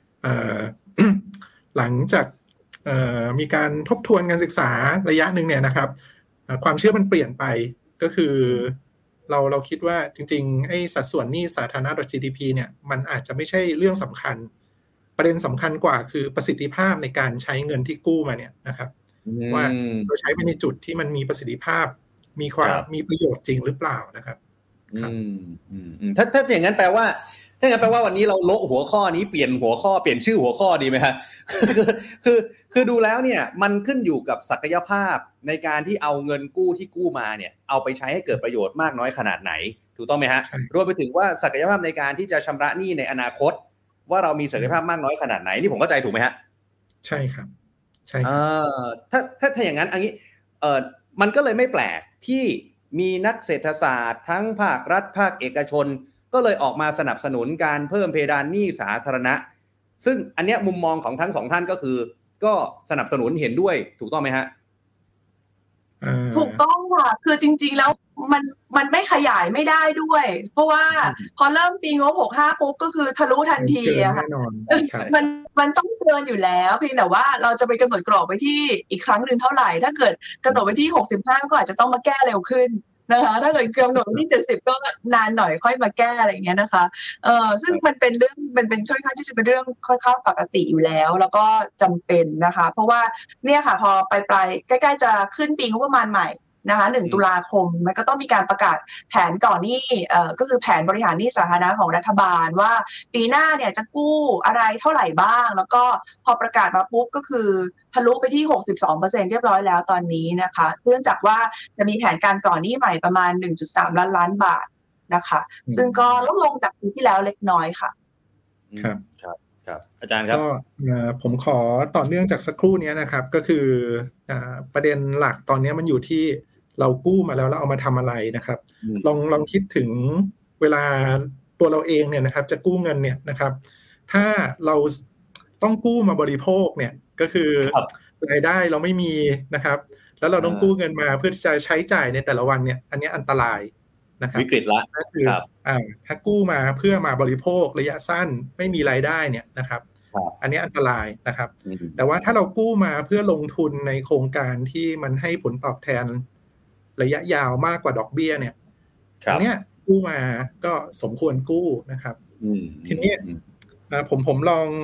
หลังจากมีการทบทวนการศึกษาระยะหนึ่งเนี่ยนะครับความเชื่อมันเปลี่ยนไปก็คือเราคิดว่าจริงๆไอ้สัดส่วนหนี้สาธารณะต่อ GDP เนี่ยมันอาจจะไม่ใช่เรื่องสำคัญประเด็นสำคัญกว่าคือประสิทธิภาพในการใช้เงินที่กู้มาเนี่ยนะครับว่าเราใช้ไปในจุดที่มันมีประสิทธิภาพมีประโยชน์จริงหรือเปล่านะครับถ้าอย่างนั้นแปลว่าวันนี้เราโละหัวข้อนี้เปลี่ยนหัวข้อเปลี่ยนชื่อหัวข้อดีไหมฮะคือดูแล้วเนี่ยมันขึ้นอยู่กับศักยภาพในการที่เอาเงินกู้ที่กู้มาเนี่ยเอาไปใช้ให้เกิดประโยชน์มากน้อยขนาดไหนถูกต้องไหมฮะรวมไปถึงว่าศักยภาพในการที่จะชำระหนี้ในอนาคตว่าเรามีศักยภาพมากน้อยขนาดไหนนี่ผมเข้าใจถูกไหมฮะใช่ครับใช่ถ้าอย่างนั้นอันนี้มันก็เลยไม่แปลกที่มีนักเศรษฐศาสตร์ทั้งภาครัฐภาคเอกชนก็เลยออกมาสนับสนุนการเพิ่มเพดานหนี้สาธารณะซึ่งอันเนี้ยมุมมองของทั้งสองท่านก็คือก็สนับสนุนเห็นด้วยถูกต้องไหมฮะถูกต้องค่ะคือจริงๆแล้วมันไม่ขยายไม่ได้ด้วยเพราะว่าพอเริ่มปีงบ65ปุ๊บก็คือทะลุทันทีอะค่ะมันต้องเกินอยู่แล้วเพียงแต่ว่าเราจะไปกำหนดกรอบไว้ที่อีกครั้งนึงเท่าไหร่ถ้าเกิดกำหนดไว้ที่65ก็อาจจะต้องมาแก้เร็วขึ้นนะคะถ้าเกิดกำหนดไว้ที่70ก็นานหน่อยค่อยมาแก้อะไรอย่างเงี้ยนะคะซึ่งมันเป็นเรื่องมันเป็นค่อนข้างที่จะเป็นเรื่องค่อนข้างปกติอยู่แล้วก็จำเป็นนะคะเพราะว่าเนี่ยค่ะพอปลายใกล้ๆจะขึ้นปีงบประมาณใหม่นะคะ1ตุลาคมมันก็ต้องมีการประกาศแผนก่อนหนี้ก็คือแผนบริหารหนี้สาธารณะของรัฐบาลว่าปีหน้าเนี่ยจะกู้อะไรเท่าไหร่บ้างแล้วก็พอประกาศมาปุ๊บก็คือทะลุไปที่ 62% เรียบร้อยแล้วตอนนี้นะคะเนื่องจากว่าจะมีแผนการก่อนหนี้ใหม่ประมาณ 1.3 ล้านบาทนะคะซึ่งก็ลดลงจากปีที่แล้วเล็กน้อยค่ะครับอาจารย์ครับก็ผมขอต่อเนื่องจากสักครู่นี้นะครับก็คือประเด็นหลักตอนนี้มันอยู่ที่เรากู้มาแล้วเอามาทำอะไรนะครับลองคิดถึงเวลาตัวเราเองเนี่ยนะครับจะกู้เงินเนี่ยนะครับถ้าเราต้องกู้มาบริโภคเนี่ยก็คือรายได้เราไม่มีนะครับแล้วเราต้องกู้เงินมาเพื่อที่จะใช้จ่ายในแต่ละวันเนี่ยอันนี้อันตรายนะครับวิกฤตละก็คือถ้ากู้มาเพื่อมาบริโภคระยะสั้นไม่มีรายได้เนี่ยนะครับอันนี้อันตรายนะครับแต่ว่าถ้าเรากู้มาเพื่อลงทุนในโครงการที่มันให้ผลตอบแทนระยะยาวมากกว่าดอกเบี้ยเนี่ยอันเนี้ยกู้มาก็สมควรกู้นะครับทีนี้ผมลอง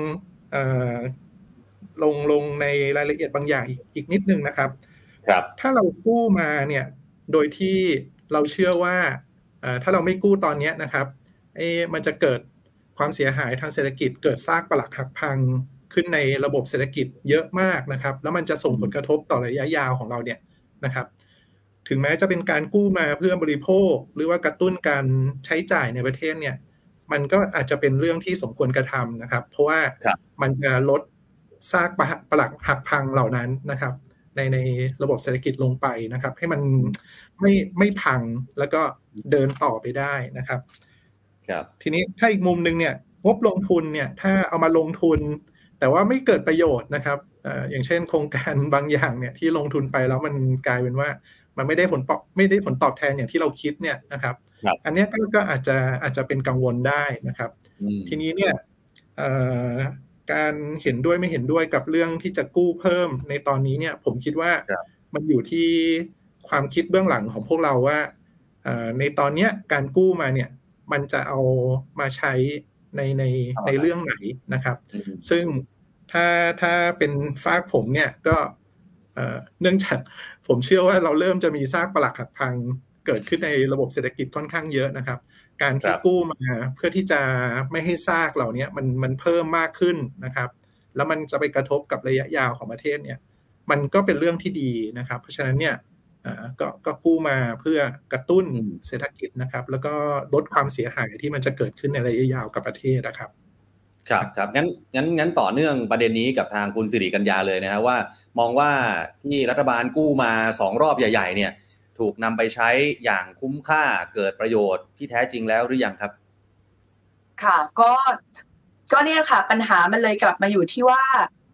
ลงในรายละเอียดบางอย่างอีกนิดนึงนะครับถ้าเรากู้มาเนี่ยโดยที่เราเชื่อว่าถ้าเราไม่กู้ตอนนี้นะครับมันจะเกิดความเสียหายทางเศรษฐกิจเกิดซากปรักหักพังขึ้นในระบบเศรษฐกิจเยอะมากนะครับแล้วมันจะส่งผลกระทบต่อระยะยาวของเราเนี่ยนะครับถึงแม้จะเป็นการกู้มาเพื่อบริโภคหรือว่ากระตุ้นการใช้จ่ายในประเทศเนี่ยมันก็อาจจะเป็นเรื่องที่สมควรกระทำนะครับเพราะว่ามันจะลดซากปรักหักพังเหล่านั้นนะครับในระบบเศรษฐกิจลงไปนะครับให้มันไม่พังแล้วก็เดินต่อไปได้นะครับทีนี้ถ้าอีกมุมนึงเนี่ยงบลงทุนเนี่ยถ้าเอามาลงทุนแต่ว่าไม่เกิดประโยชน์นะครับอย่างเช่นโครงการบางอย่างเนี่ยที่ลงทุนไปแล้วมันกลายเป็นว่ามันไม่ได้ผลตอบแทนอย่างที่เราคิดเนี่ยนะครับอันนี้ก็อาจจะเป็นกังวลได้นะครับทีนี้เนี่ยการเห็นด้วยไม่เห็นด้วยกับเรื่องที่จะกู้เพิ่มในตอนนี้เนี่ยผมคิดว่ามันอยู่ที่ความคิดเบื้องหลังของพวกเราว่าในตอนนี้การกู้มาเนี่ยมันจะเอามาใช้ในเรื่องไหนนะครับซึ่งถ้าเป็นฝากผมเนี่ยก็เนื่องจากผมเชื่อว่าเราเริ่มจะมีซากปรักหักพังเกิดขึ้นในระบบเศรษฐกิจค่อนข้างเยอะนะครับการที่กู้มาเพื่อที่จะไม่ให้ซากเหล่านี้มันเพิ่มมากขึ้นนะครับแล้วมันจะไปกระทบกับระยะยาวของประเทศเนี่ยมันก็เป็นเรื่องที่ดีนะครับเพราะฉะนั้นเนี่ยก็กู้มาเพื่อกระตุ้นเศรษฐกิจนะครับแล้วก็ลดความเสียหายที่มันจะเกิดขึ้นในระยะยาวกับประเทศนะครับครับงั้นต่อเนื่องประเด็นนี้กับทางคุณสิริกัญญาเลยนะฮะว่ามองว่าที่รัฐบาลกู้มา2รอบใหญ่ๆเนี่ยถูกนำไปใช้อย่างคุ้มค่าเกิดประโยชน์ที่แท้จริงแล้วหรือยังครับค่ะก็เนี่ยค่ะปัญหามันเลยกลับมาอยู่ที่ว่า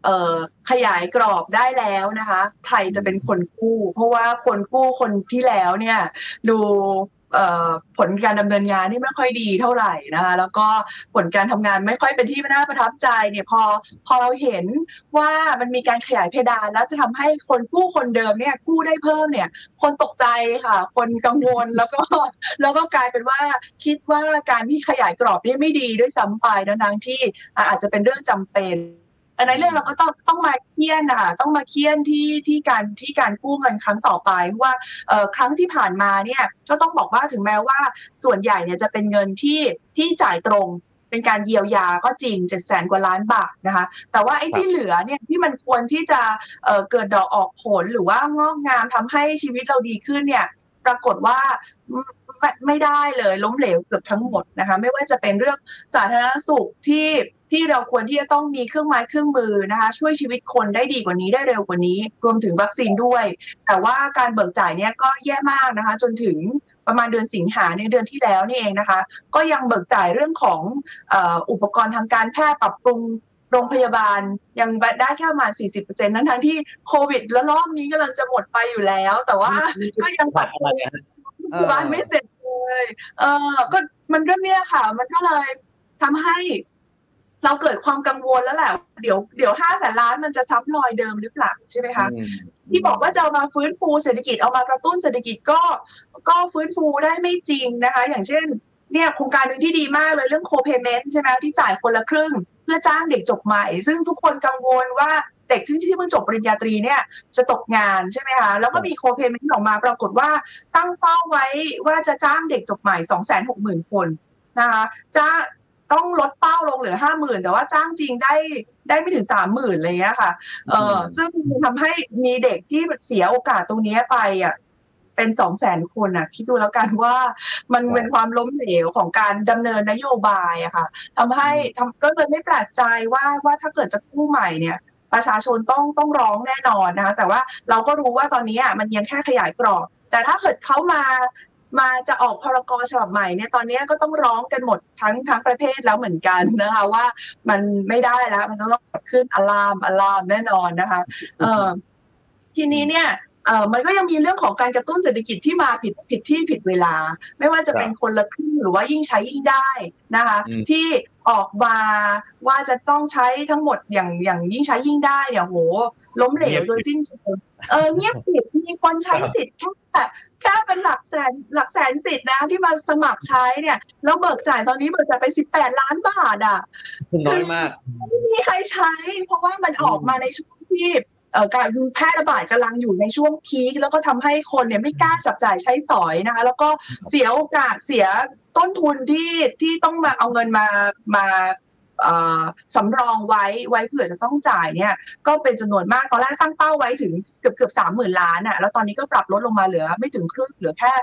ขยายกรอบได้แล้วนะคะใครจะเป็นคนกู้เพราะว่าคนกู้คนที่แล้วเนี่ยดูผลการดำเนินงานที่ไม่ค่อยดีเท่าไหร่นะคะแล้วก็ผลการทำงานไม่ค่อยเป็นที่น่าประทับใจเนี่ยพอเราเห็นว่ามันมีการขยายเพดานแล้วจะทำให้คนกู้คนเดิมเนี่ยกู้ได้เพิ่มเนี่ยคนตกใจค่ะคนกังวลแล้วก็กลายเป็นว่าคิดว่าการที่ขยายกรอบนี่ไม่ดีด้วยซ้ำไปทั้งที่อาจจะเป็นเรื่องจำเป็นในเรื่องเราก็ต้องมาเคี่ยนนะคะต้องมาเคี่ยนที่การกู้เงินครั้งต่อไปเพราะว่าครั้งที่ผ่านมาเนี่ยก็ต้องบอกว่าถึงแม้ว่าส่วนใหญ่เนี่ยจะเป็นเงินที่จ่ายตรงเป็นการเยียวยาก็จริง 700,000 กว่าล้านบาทนะคะแต่ว่าไอ้ที่เหลือเนี่ยที่มันควรที่จะเกิดดอกออกผลหรือว่างอกงามทำให้ชีวิตเราดีขึ้นเนี่ยปรากฏว่าไม่ได้เลยล้มเหลวเกือบทั้งหมดนะคะไม่ว่าจะเป็นเรื่องสาธารณสุขที่เราควรที่จะต้องมีเครื่องไม้เครื่องมือนะคะช่วยชีวิตคนได้ดีกว่านี้ได้เร็วกว่านี้รวมถึงวัคซีนด้วยแต่ว่าการเบิกจ่ายเนี่ยก็แย่มากนะคะจนถึงประมาณเดือนสิงหาในเดือนที่แล้วนี่เองนะคะก็ยังเบิกจ่ายเรื่องของอุปกรณ์ทางการแพทย์ปรับปรุงโรงพยาบาลยังได้แค่ประมาณ 40% ทั้งที่โควิดและรอบนี้กำลังจะหมดไปอยู่แล้วแต่ว่าก็ยังปรับปรุงบ้านไม่เสร็จเลยก็มันก็เนี่ยค่ะมันก็เลยทำให้เราเกิดความกังวลแล้วแหละเดี๋ยว500,000 ล้านมันจะซ้ำรอยเดิมหรือเปล่าใช่ไหมคะที่บอกว่าจะเอามาฟื้นฟูเศรษฐกิจเอามากระตุ้นเศรษฐกิจก็ฟื้นฟูได้ไม่จริงนะคะอย่างเช่นเนี่ยโครงการนึงที่ดีมากเลยเรื่องโคเพย์เมนต์ใช่ไหมที่จ่ายคนละครึ่งเพื่อจ้างเด็กจบใหม่ซึ่งทุกคนกังวลว่าเด็กที่เพิ่งจบปริญญาตรีเนี่ยจะตกงานใช่ไหมคะแล้วก็มีโคเพย์เมนต์ออกมาปรากฏว่าตั้งเป้าไว้ว่าจะจ้างเด็กจบใหม่ 260,000 คนนะคะจะต้องลดเป้าลงเหลือ 50,000 แต่ว่าจ้างจริงได้ไม่ถึง 30,000 อะไรเงี้ยค่ะซึ่งทำให้มีเด็กที่เสียโอกาสตรงนี้ไปอ่ะเป็น 200,000 คนอ่ะคิดดูแล้วกันว่ามันเป็นความล้มเหลวของการดำเนินนโยบายอะค่ะทำให้ก็เลยไม่แปลกใจว่าถ้าเกิดจะกู้ใหม่เนี่ยประชาชนต้องร้องแน่นอนนะคะแต่ว่าเราก็รู้ว่าตอนนี้มันยังแค่ขยายกรอบแต่ถ้าเกิดเขามาจะออกพรก.ฉบับใหม่เนี่ยตอนนี้ก็ต้องร้องกันหมดทั้งประเทศแล้วเหมือนกันนะคะว่ามันไม่ได้แล้วมันต้องขึ้นอะลามแน่นอนนะคะทีนี้เนี่ยมันก็ยังมีเรื่องของการกระตุ้นเศรษฐกิจที่มาผิดที่ผิดเวลาไม่ว่าจะเป็นคนละครึ่งหรือว่ายิ่งใช้ยิ่งได้นะคะที่ออกมาว่าจะต้องใช้ทั้งหมดอย่างยิ่งใช้ยิ่งได้เนี่ยโหล้มเหลวโดยสิ้นเชิงเงียบกริบมีคนใช้สิทธิ์แค่เป็นหลักแสนสิทธิ์นะที่มาสมัครใช้เนี่ยแล้วเบิกจ่ายตอนนี้เบิกจ่ายไป18 ล้านบาทอ่ะน้อยมากไม่มีใครใช้เพราะว่ามันออกมาในช่วงที่การแพร่ระบาดกำลังอยู่ในช่วงพีคแล้วก็ทำให้คนเนี่ยไม่กล้าจับจ่ายใช้สอยนะคะแล้วก็เสียโอกาสเสียต้นทุนที่ต้องมาเอาเงินมาสำรองไว้เผื่อจะต้องจ่ายเนี่ยก็เป็นจำนวนมากตอนแรกตั้งเป้าไว้ถึงเกือบ 30,000 ล้านอ่ะแล้วตอนนี้ก็ปรับลดลงมาเหลือไม่ถึงครึ่งเหลือแค่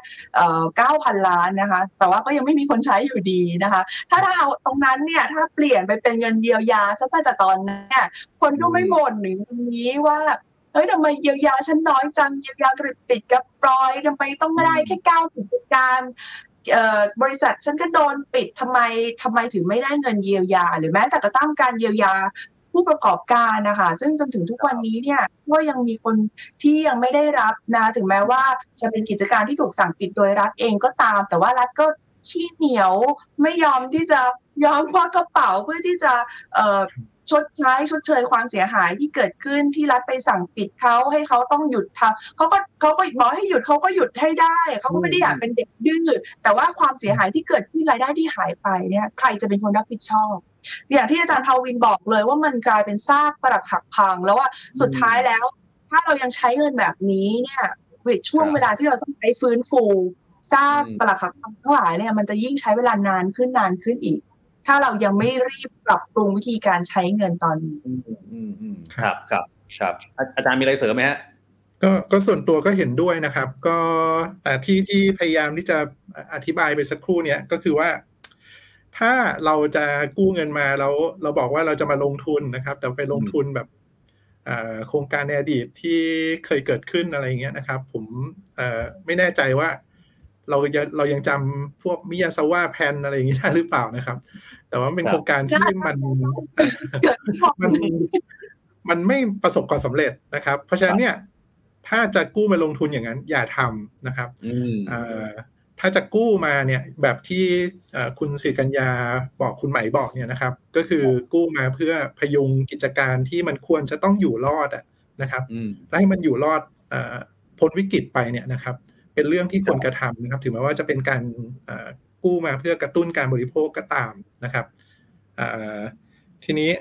9,000 ล้านนะคะแต่ว่าก็ยังไม่มีคนใช้อยู่ดีนะคะถ้าเอาตรงนั้นเนี่ยถ้าเปลี่ยนไปเป็นเงินเยียวยาซะตั้งแต่ตอนนั้นเนี่ยคนก็ไม่บ่นหรือตรงนี้ว่าเฮ้ยทำไมเยียวยาฉันน้อยจังเยียวยากระปิดกระปรอยทำไมต้องได้แค่90การบริษัทฉันก็โดนปิดทำไมถึงไม่ได้เงินเยียวยาหรือแม้แต่กระทั่งการเยียวยาผู้ประกอบการนะคะซึ่งจนถึงทุกวันนี้เนี่ยก็ยังมีคนที่ยังไม่ได้รับนะถึงแม้ว่าจะเป็นกิจการที่ถูกสั่งปิดโดยรัฐเองก็ตามแต่ว่ารัฐก็ขี้เหนียวไม่ยอมที่จะยอมควักกระเป๋าเพื่อที่จะชดเชยความเสียหายที่เกิดขึ้นที่รัฐไปสั่งปิดเขาให้เขาต้องหยุดทำเขาก็บอกให้หยุดเขาก็หยุดให้ได้เขาก็ไม่ได้อยากเป็นเด็กดื้อแต่ว่าความเสียหายที่เกิดขึ้นรายได้ที่หายไปเนี่ยใครจะเป็นคนรับผิดชอบอย่างที่อาจารย์ภาวินบอกเลยว่ามันกลายเป็นซากปรักหักพังแล้วว่าสุดท้ายแล้วถ้าเรายังใช้เงินแบบนี้เนี่ยช่วงเวลาที่เราต้องใช้ฟื้นฟูซากปรักหักพังทั้งหลายเนี่ยมันจะยิ่งใช้เวลานานขึ้นอีกถ้าเรายังไม่รีบปรับปรุงวิธีการใช้เงินตอนนี้ครับอาจารย์มีอะไรเสริมไหมฮะก็ส่วนตัวก็เห็นด้วยนะครับก็แต่ที่พยายามที่จะอธิบายไปสักครู่เนี้ยก็คือว่าถ้าเราจะกู้เงินมาแล้วเราบอกว่าเราจะมาลงทุนนะครับแต่ไปลงทุนแบบโครงการในอดีตที่เคยเกิดขึ้นอะไรอย่างเงี้ยนะครับผมไม่แน่ใจว่าเรายังจำพวกมิยาซาวะแพนอะไรอย่างงี้ได้หรือเปล่านะครับแต่ว่าเป็นโครงการที่มันมันไม่ประสบความสำเร็จนะครับเพราะฉะนั้นเนี่ยถ้าจะกู้มาลงทุนอย่างนั้นอย่าทำนะครับถ้าจะกู้มาเนี่ยแบบที่คุณศิริกัญญาบอกคุณไหมบอกเนี่ยนะครับก็คือกู้มาเพื่อพยุงกิจการที่มันควรจะต้องอยู่รอดนะครับและให้มันอยู่รอดพ้นวิกฤตไปเนี่ยนะครับเป็นเรื่องที่ควรกระทำนะครับถึงแม้ว่าจะเป็นการกู้มาเพื่อกระตุ้นการบริโภคก็ตามนะครับทีนี้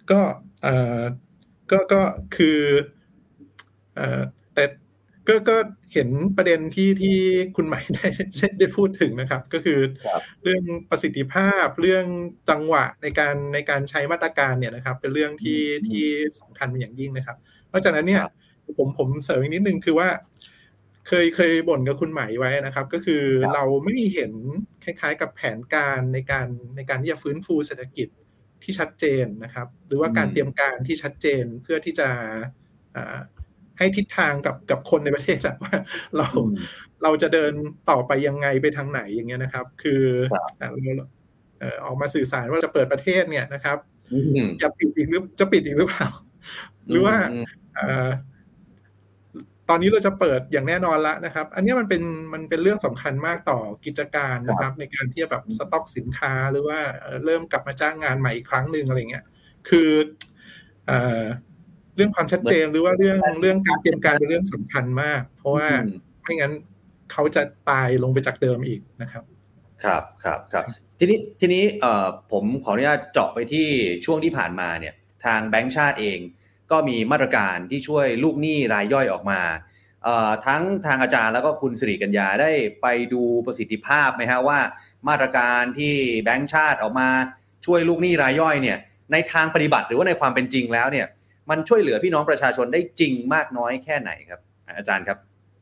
ก็คือแต่ก็เห็นประเด็นที่คุณใหม่ได้พูดถึงนะครับก็คือเรื่องประสิทธิภาพเรื่องจังหวะในการใช้มาตรการเนี่ยนะครับเป็นเรื่องที่สำคัญอย่างยิ่งนะครับนอกจากนั้นเนี่ยผมเสริมอีกนิดนึงคือว่าเคยบ่นกับคุณใหม่ไว้นะครับก็คือเราไม่เห็นคล้ายๆกับแผนการในการที่จะฟื้นฟูเศรษฐกิจที่ชัดเจนนะครับหรือว่าการเตรียมการที่ชัดเจนเพื่อที่จะให้ทิศทางกับคนในประเทศว่าเราจะเดินต่อไปยังไงไปทางไหนอย่างเงี้ยนะครับคือออกมาสื่อสารว่าจะเปิดประเทศเนี่ยนะครับจะปิดอีกหรือเปล่าหรือว่าตอนนี้เราจะเปิดอย่างแน่นอนแล้วนะครับอันนี้มันเป็นเรื่องสำคัญมากต่อกิจการนะครับในการที่จะแบบสต็อกสินค้าหรือว่าเริ่มกลับมาจ้างงานใหม่อีกครั้งนึงอะไรเงี้ยคือเรื่องความชัดเจนหรือว่าเรื่องการเตรียมการเป็นเรื่องสำคัญมากเพราะว่าไม่งั้นเขาจะตายลงไปจากเดิมอีกนะครับครับทีนี้ผมขออนุญาตเจาะไปที่ช่วงที่ผ่านมาเนี่ยทางแบงก์ชาติเองก็มีมาตรการที่ช่วยลูกหนี้รายย่อยออกมาทั้งทางอาจารย์แล้วก็คุณสิริกัญญาได้ไปดูประสิทธิภาพไหมฮะว่ามาตรการที่แบงก์ชาติออกมาช่วยลูกหนี้รายย่อยเนี่ยในทางปฏิบัติหรือว่าในความเป็นจริงแล้วเนี่ยมันช่วยเหลือพี่น้องประชาชนได้จริงมากน้อยแค่ไหนครับอาจารย์ครับ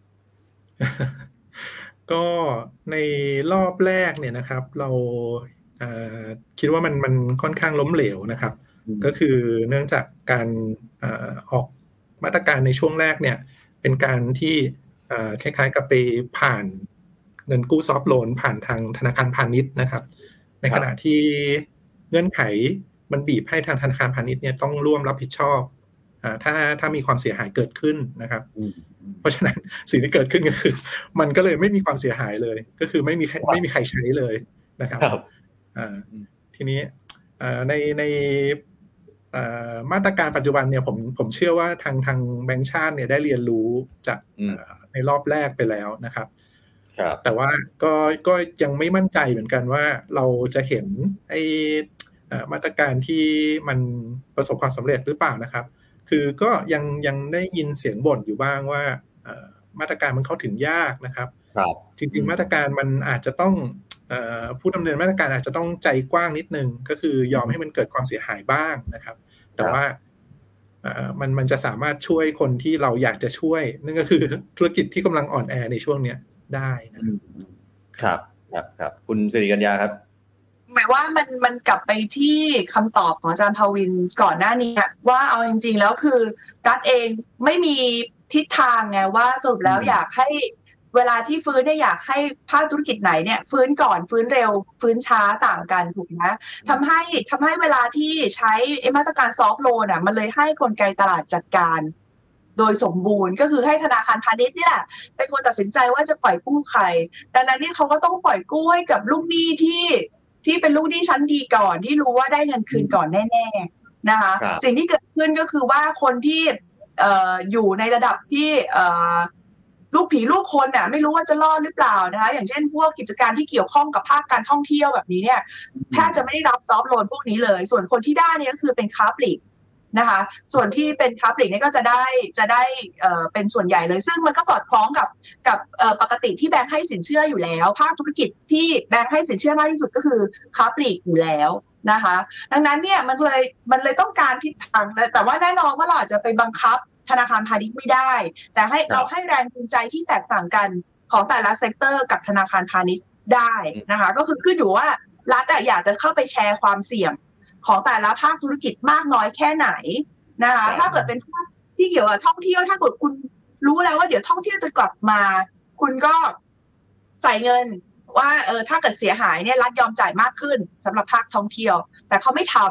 ก็ในรอบแรกเนี่ยนะครับเราคิดว่ามันค่อนข้างล้มเหลวนะครับก็คือเนื่องจากการออกมาตรการในช่วงแรกเนี่ยเป็นการที่คล้ายๆกับไปผ่านเงินกู้ซอฟท์โลนผ่านทางธนาคารพาณิชย์นะครับในขณะที่เงื่อนไขมันบีบให้ทางธนาคารพาณิชย์เนี่ยต้องร่วมรับผิดชอบถ้ามีความเสียหายเกิดขึ้นนะครับเพราะฉะนั้นสิ่งที่เกิดขึ้นก็คือมันก็เลยไม่มีความเสียหายเลยก็คือไม่มีใครใช้เลยนะครับทีนี้ในมาตรการปัจจุบันเนี่ยผมเชื่อว่าทางแบงก์ชาติเนี่ยได้เรียนรู้จากในรอบแรกไปแล้วนะครับแต่ว่าก็ยังไม่มั่นใจเหมือนกันว่าเราจะเห็นมาตรการที่มันประสบความสำเร็จหรือเปล่านะครับคือก็ยังได้ยินเสียงบ่นอยู่บ้างว่ามาตรการมันเข้าถึงยากนะครับจริงๆมาตรการมันอาจจะต้องผู้ดำเนินมาตรการอาจจะต้องใจกว้างนิดนึงก็คือยอมให้มันเกิดความเสียหายบ้างนะครับแต่ว่ามันจะสามารถช่วยคนที่เราอยากจะช่วยนั่นก็คือธุรกิจที่กำลังอ่อนแอในช่วงนี้ได้นะครับคุณสิริกัญญาครับหมายว่ามันกลับไปที่คำตอบของอาจารย์ภาวินก่อนหน้านี้ว่าเอาจริงๆแล้วคือรัฐเองไม่มีทิศทางไงว่าสรุปแล้วอยากให้เวลาที่ฟื้นเนี่ยอยากให้ภาคธุรกิจไหนเนี่ยฟื้นก่อนฟื้นเร็วฟื้นช้าต่างกันถูกไหมทำให้เวลาที่ใช้มาตรการซอฟท์โลนมันเลยให้กลไกตลาดจัดการโดยสมบูรณ์ก็คือให้ธนาคารพาณิชย์เนี่ยเป็นคนตัดสินใจว่าจะปล่อยกู้ใครดังนั้นนี่เขาก็ต้องปล่อยกู้ให้กับลูกหนี้ที่เป็นลูกหนี้ชั้นดีก่อนที่รู้ว่าได้เงินคืนก่อนแน่ๆนะคะสิ่งที่เกิดขึ้นก็คือว่าคนที่อยู่ในระดับที่ลูกผีลูกคนไม่รู้ว่าจะรอดหรือเปล่านะคะอย่างเช่นพวกกิจการที่เกี่ยวข้องกับภาคการท่องเที่ยวแบบนี้เนี่ยแทบจะไม่ได้รับซอฟท์โลนพวกนี้เลยส่วนคนที่ได้เนี่ยก็คือเป็นค้าปลีกนะคะส่วนที่เป็นค้าปลีกเนี่ยก็จะได้เป็นส่วนใหญ่เลยซึ่งมันก็สอดคล้องกับปกติที่แบงค์ให้สินเชื่ออยู่แล้วภาคธุรกิจที่แบงค์ให้สินเชื่อมากที่สุดก็คือค้าปลีกอยู่แล้วนะคะดังนั้นเนี่ยมันเลยต้องการทิศทางแต่ว่าแน่นอนว่าเราอาจจะไปบังคับธนาคารพาณิชย์ไม่ได้แต่เราให้แรงจูงใจที่แตกต่างกันของแต่ละเซกเตอร์กับธนาคารพาณิชย์ได้นะคะก็คือขึ้นอยู่ว่ารัฐอยากจะเข้าไปแชร์ความเสี่ยงของแต่ละภาคธุรกิจมากน้อยแค่ไหนนะคะถ้าเกิดเป็นภาคที่เกี่ยวกับท่องเที่ยวถ้าเกิดคุณรู้แล้วว่าเดี๋ยวท่องเที่ยวจะกลับมาคุณก็ใส่เงินว่าถ้าเกิดเสียหายเนี่ยรัฐยอมจ่ายมากขึ้นสำหรับภาคท่องเที่ยวแต่เขาไม่ท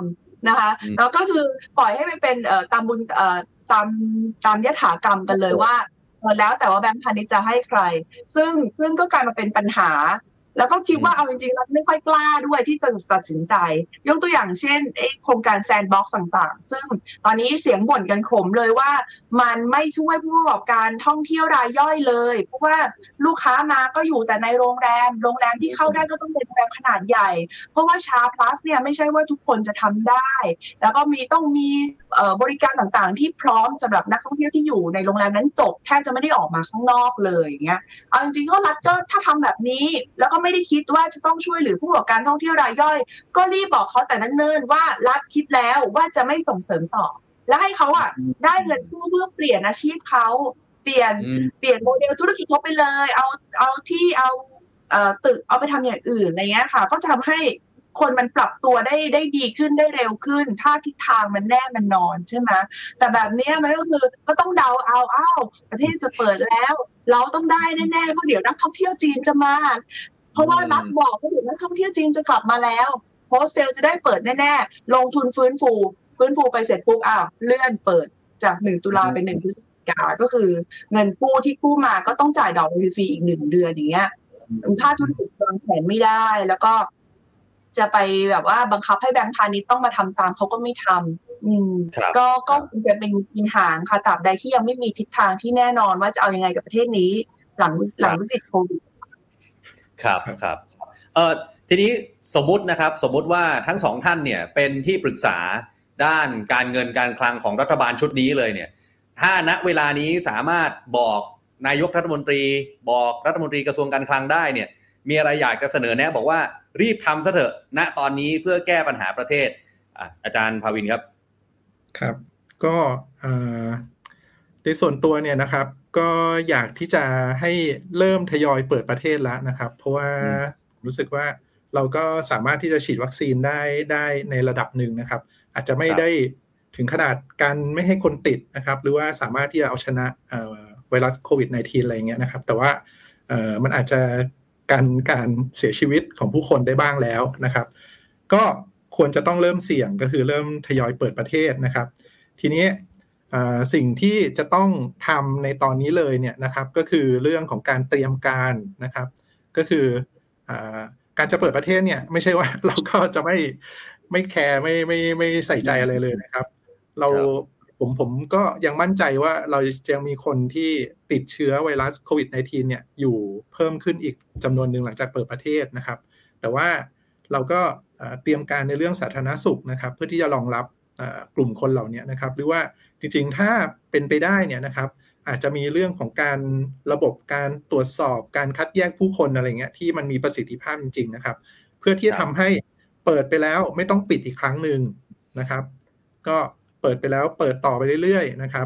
นะคะแล้วก็คือปล่อยให้มันเป็นตามบุญตามยถากรรมกันเลยว่าแล้วแต่ว่าแบงก์พาณิชย์จะให้ใครซึ่งก็กลายมาเป็นปัญหาแล้วก็คิดว่าเอาจริงๆแล้วไม่ค่อยกล้าด้วยที่จะตัดสินใจยกตัวอย่างเช่นโครงการแซนด์บ็อกซ์ต่างๆซึ่งตอนนี้เสียงบ่นกันขมเลยว่ามันไม่ช่วยผู้ประกอบการท่องเที่ยวรายย่อยเลยเพราะว่าลูกค้ามาก็อยู่แต่ในโรงแรมที่เข้าได้ก็ต้องเป็นโรงแรมขนาดใหญ่เพราะว่าชาพลัสเนี่ยไม่ใช่ว่าทุกคนจะทำได้แล้วก็ต้องมีบริการต่างๆที่พร้อมสำหรับนักท่องเที่ยวที่อยู่ในโรงแรมนั้นจบแทบจะไม่ได้ออกมาข้างนอกเลยอย่างเงี้ยเอาจริงๆก็รัฐก็ถ้าทำแบบนี้แล้วก็ไม่ได้คิดว่าจะต้องช่วยเหลือผู้ประกอบการท่องเที่ยวรายย่อยก็รีบบอกเขาแต่เนิ่นๆว่ารัฐคิดแล้วว่าจะไม่ส่งเสริมต่อและให้เขาได้เงินเพื่อเปลี่ยนอาชีพเขาเปลี่ยนโมเดลธุรกิจเขาไปเลยเอาที่เอาตึกเอาไปทำอย่างอื่นอะไรเงี้ยค่ะก็จะทำให้คนมันปรับตัวได้ดีขึ้นได้เร็วขึ้นถ้าทิศทางมันแน่มันนอนใช่ไหมแต่แบบนี้มันก็คือก็ต้องเดาเอาประเทศจะเปิดแล้วเราต้องได้แน่ๆเพราะเดี๋ยวนักท่องเที่ยวจีนจะมาเพราะว่ารัฐบอกว่าเดี๋ยวนักท่องเที่ยวจีนจะกลับมาแล้วโฮสเทลจะได้เปิดแน่ๆลงทุนฟื้นฟูไปเสร็จปุ๊บเลื่อนเปิดจาก1ตุลาเป็น1พฤศจิกาก็คือเงินกู้ที่กู้มาก็ต้องจ่ายดอกฟรีอีก1เดือนอย่างเงี้ยถ้าธุรกิจวางแผนไม่ได้แล้วก็จะไปแบบว่าบังคับให้แบงก์พาณิชย์ต้องมาทำตามเขาก็ไม่ทำก็จะเป็นกินหางค่ะตราบใดที่ยังไม่มีทิศทางที่แน่นอนว่าจะเอายังไงกับประเทศนี้หลังวิกฤตโควิดครับทีนี้สมมุติว่าทั้งสองท่านเนี่ยเป็นที่ปรึกษาด้านการเงินการคลังของรัฐบาลชุดนี้เลยเนี่ยถ้าณเวลานี้สามารถบอกนายกรัฐมนตรีบอกรัฐมนตรีกระทรวงการคลังได้เนี่ยมีอะไรอยากจะเสนอแนะบอกว่ารีบทำซะเถอะณตอนนี้เพื่อแก้ปัญหาประเทศอาจารย์ภาวินครับครับก็ในส่วนตัวเนี่ยนะครับก็อยากที่จะให้เริ่มทยอยเปิดประเทศแล้วนะครับเพราะว่ารู้สึกว่าเราก็สามารถที่จะฉีดวัคซีนได้ในระดับหนึ่งนะครับอาจจะไม่ได้ถึงขนาดการไม่ให้คนติดนะครับหรือว่าสามารถที่จะเอาชนะไวรัสโควิด -19 อะไรเงี้ยนะครับแต่ว่ามันอาจจะการเสียชีวิตของผู้คนได้บ้างแล้วนะครับก็ควรจะต้องเริ่มเสี่ยงก็คือเริ่มทยอยเปิดประเทศนะครับทีนี้สิ่งที่จะต้องทำในตอนนี้เลยเนี่ยนะครับก็คือเรื่องของการเตรียมการนะครับก็คือการจะเปิดประเทศเนี่ยไม่ใช่ว่าเราก็จะไม่แคร์ไม่ใส่ใจอะไรเลยนะครับผมก็ยังมั่นใจว่าเราจะมีคนที่ติดเชื้อไวรัสโควิด -19 เนี่ยอยู่เพิ่มขึ้นอีกจำนวนหนึ่งหลังจากเปิดประเทศนะครับแต่ว่าเราก็เตรียมการในเรื่องสาธารณสุขนะครับเพื่อที่จะรองรับกลุ่มคนเหล่านี้นะครับหรือว่าจริงๆถ้าเป็นไปได้เนี่ยนะครับอาจจะมีเรื่องของการระบบการตรวจสอบการคัดแยกผู้คนอะไรเงี้ยที่มันมีประสิทธิภาพจริงๆนะครับเพื่อที่จะทำให้เปิดไปแล้วไม่ต้องปิดอีกครั้งนึงนะครับก็เปิดไปแล้วเปิดต่อไปเรื่อยๆนะครับ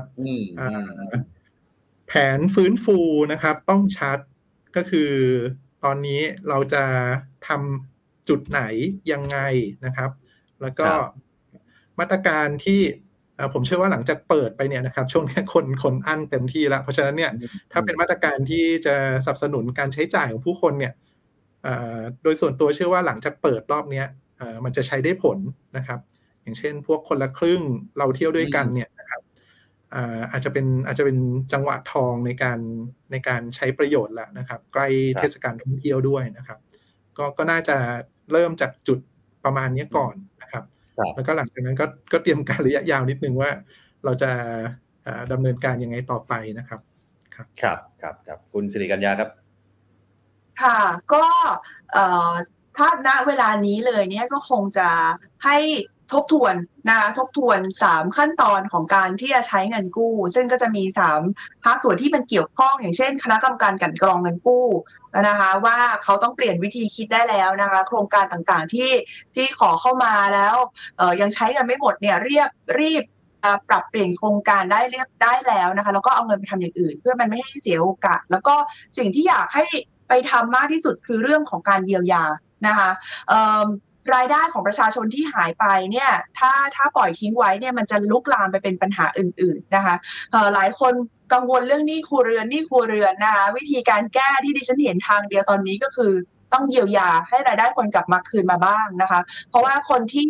แผนฟื้นฟูนะครับต้องชัดก็คือตอนนี้เราจะทำจุดไหนยังไงนะครับแล้วก็มาตรการที่ผมเชื่อว่าหลังจากเปิดไปเนี่ยนะครับช่วงนี้คนอั้นเต็มที่แล้วเพราะฉะนั้นเนี่ยถ้าเป็นมาตรการที่จะสนับสนุนการใช้จ่ายของผู้คนเนี่ยโดยส่วนตัวเชื่อว่าหลังจากเปิดรอบนี้มันจะใช้ได้ผลนะครับอย่างเช่นพวกคนละครึ่งเราเที่ยวด้วยกันเนี่ยนะครับอาจจะเป็นจังหวะทองในการใช้ประโยชน์แล้วนะครับใกล้เทศกาลท่องเที่ยวด้วยนะครับก็น่าจะเริ่มจากจุดประมาณนี้ก่อนนะครับแล้วก็หลังจากนั้นก็เตรียมการระยะยาวนิดนึงว่าเราจะดำเนินการยังไงต่อไปนะครับครับคุณสิริกัญญาครับค่ะก็ถ้าณเวลานี้เลยเนี่ยก็คงจะให้ทบทวน3ขั้นตอนของการที่จะใช้เงินกู้ซึ่งก็จะมี3ภาคส่วนที่มันเกี่ยวข้องอย่างเช่นคณะกรรมการกลั่นกรองเงินกู้นะคะว่าเขาต้องเปลี่ยนวิธีคิดได้แล้วนะคะโครงการต่างๆที่ขอเข้ามาแล้วยังใช้กันไม่หมดเนี่ยรีบปรับเปลี่ยนโครงการได้แล้วนะคะแล้วก็เอาเงินไปทำอย่างอื่นเพื่อมันไม่ให้เสียโอกาสแล้วก็สิ่งที่อยากให้ไปทำมากที่สุดคือเรื่องของการเยียวยานะคะรายได้ของประชาชนที่หายไปเนี่ยถ้าปล่อยทิ้งไว้เนี่ยมันจะลุกลามไปเป็นปัญหาอื่นๆนะคะหลายคนกังวลเรื่องหนี้ครัวเรือนนะคะวิธีการแก้ที่ดิฉันเห็นทางเดียวตอนนี้ก็คือต้องเยียวยาให้รายได้คนกลับมาคืนมาบ้างนะคะเพราะว่าคนที่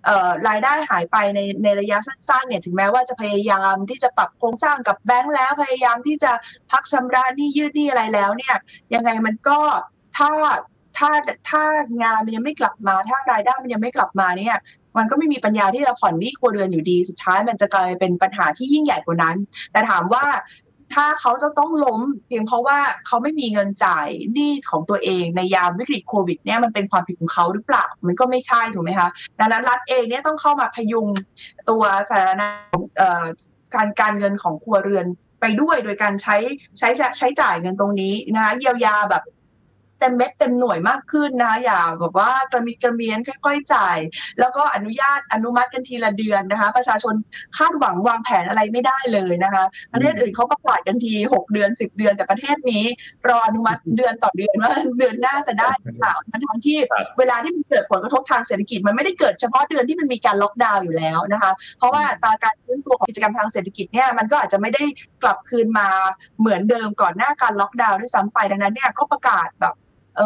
รายได้หายไปในระยะสั้นๆเนี่ยถึงแม้ว่าจะพยายามที่จะปรับโครงสร้างกับแบงก์แล้วพยายามที่จะพักชำระหนี้ยืดหนี้อะไรแล้วเนี่ยยังไงมันก็ถ้างานมันยังไม่กลับมาถ้ารายได้มันยังไม่กลับมาเนี่ยมันก็ไม่มีปัญญาที่จะผ่อนหนี้ครัวเรือนอยู่ดีสุดท้ายมันจะกลายเป็นปัญหาที่ยิ่งใหญ่กว่านั้นแต่ถามว่าถ้าเขาจะต้องล้มเพียงเพราะว่าเขาไม่มีเงินจ่ายหนี้ของตัวเองในยามวิกฤตโควิดเนี่ยมันเป็นความผิดของเขาหรือเปล่ามันก็ไม่ใช่ถูกไหมคะดังนั้นรัฐเองเนี่ยต้องเข้ามาพยุงตัวสาธารณะการเงินของครัวเรือนไปด้วยโดยการใช้จ่ายเงินตรงนี้นะคะเยียวยาแบบเต็มเม็ดเต็มหน่วยมากขึ้นนะคะอย่าแบบว่ากระมิดกระเมียนค่อยๆจ่ายแล้วก็อนุมัติกันทีละเดือนนะคะประชาชนคาดหวังวางแผนอะไรไม่ได้เลยนะคะประเทศอื่นเขาประกาศกันที6 เดือน10 เดือนแต่ประเทศนี้รออนุมัติเดือนต่อเดือนว่าเดือนหน้าจะได้หรือเปล่าทั้งที่เวลาที่มันเกิดผลกระทบทางเศรษฐกิจมันไม่ได้เกิดเฉพาะเดือนที่มันมีการล็อกดาวน์อยู่แล้วนะคะเพราะว่าตราการฟื้นตัวของกิจกรรมทางเศรษฐกิจเนี่ยมันก็อาจจะไม่ได้กลับคืนมาเหมือนเดิมก่อนหน้าการล็อกดาวน์ด้วยซ้ำไปดังนั้นเนี่ยก็ประกาศแบบ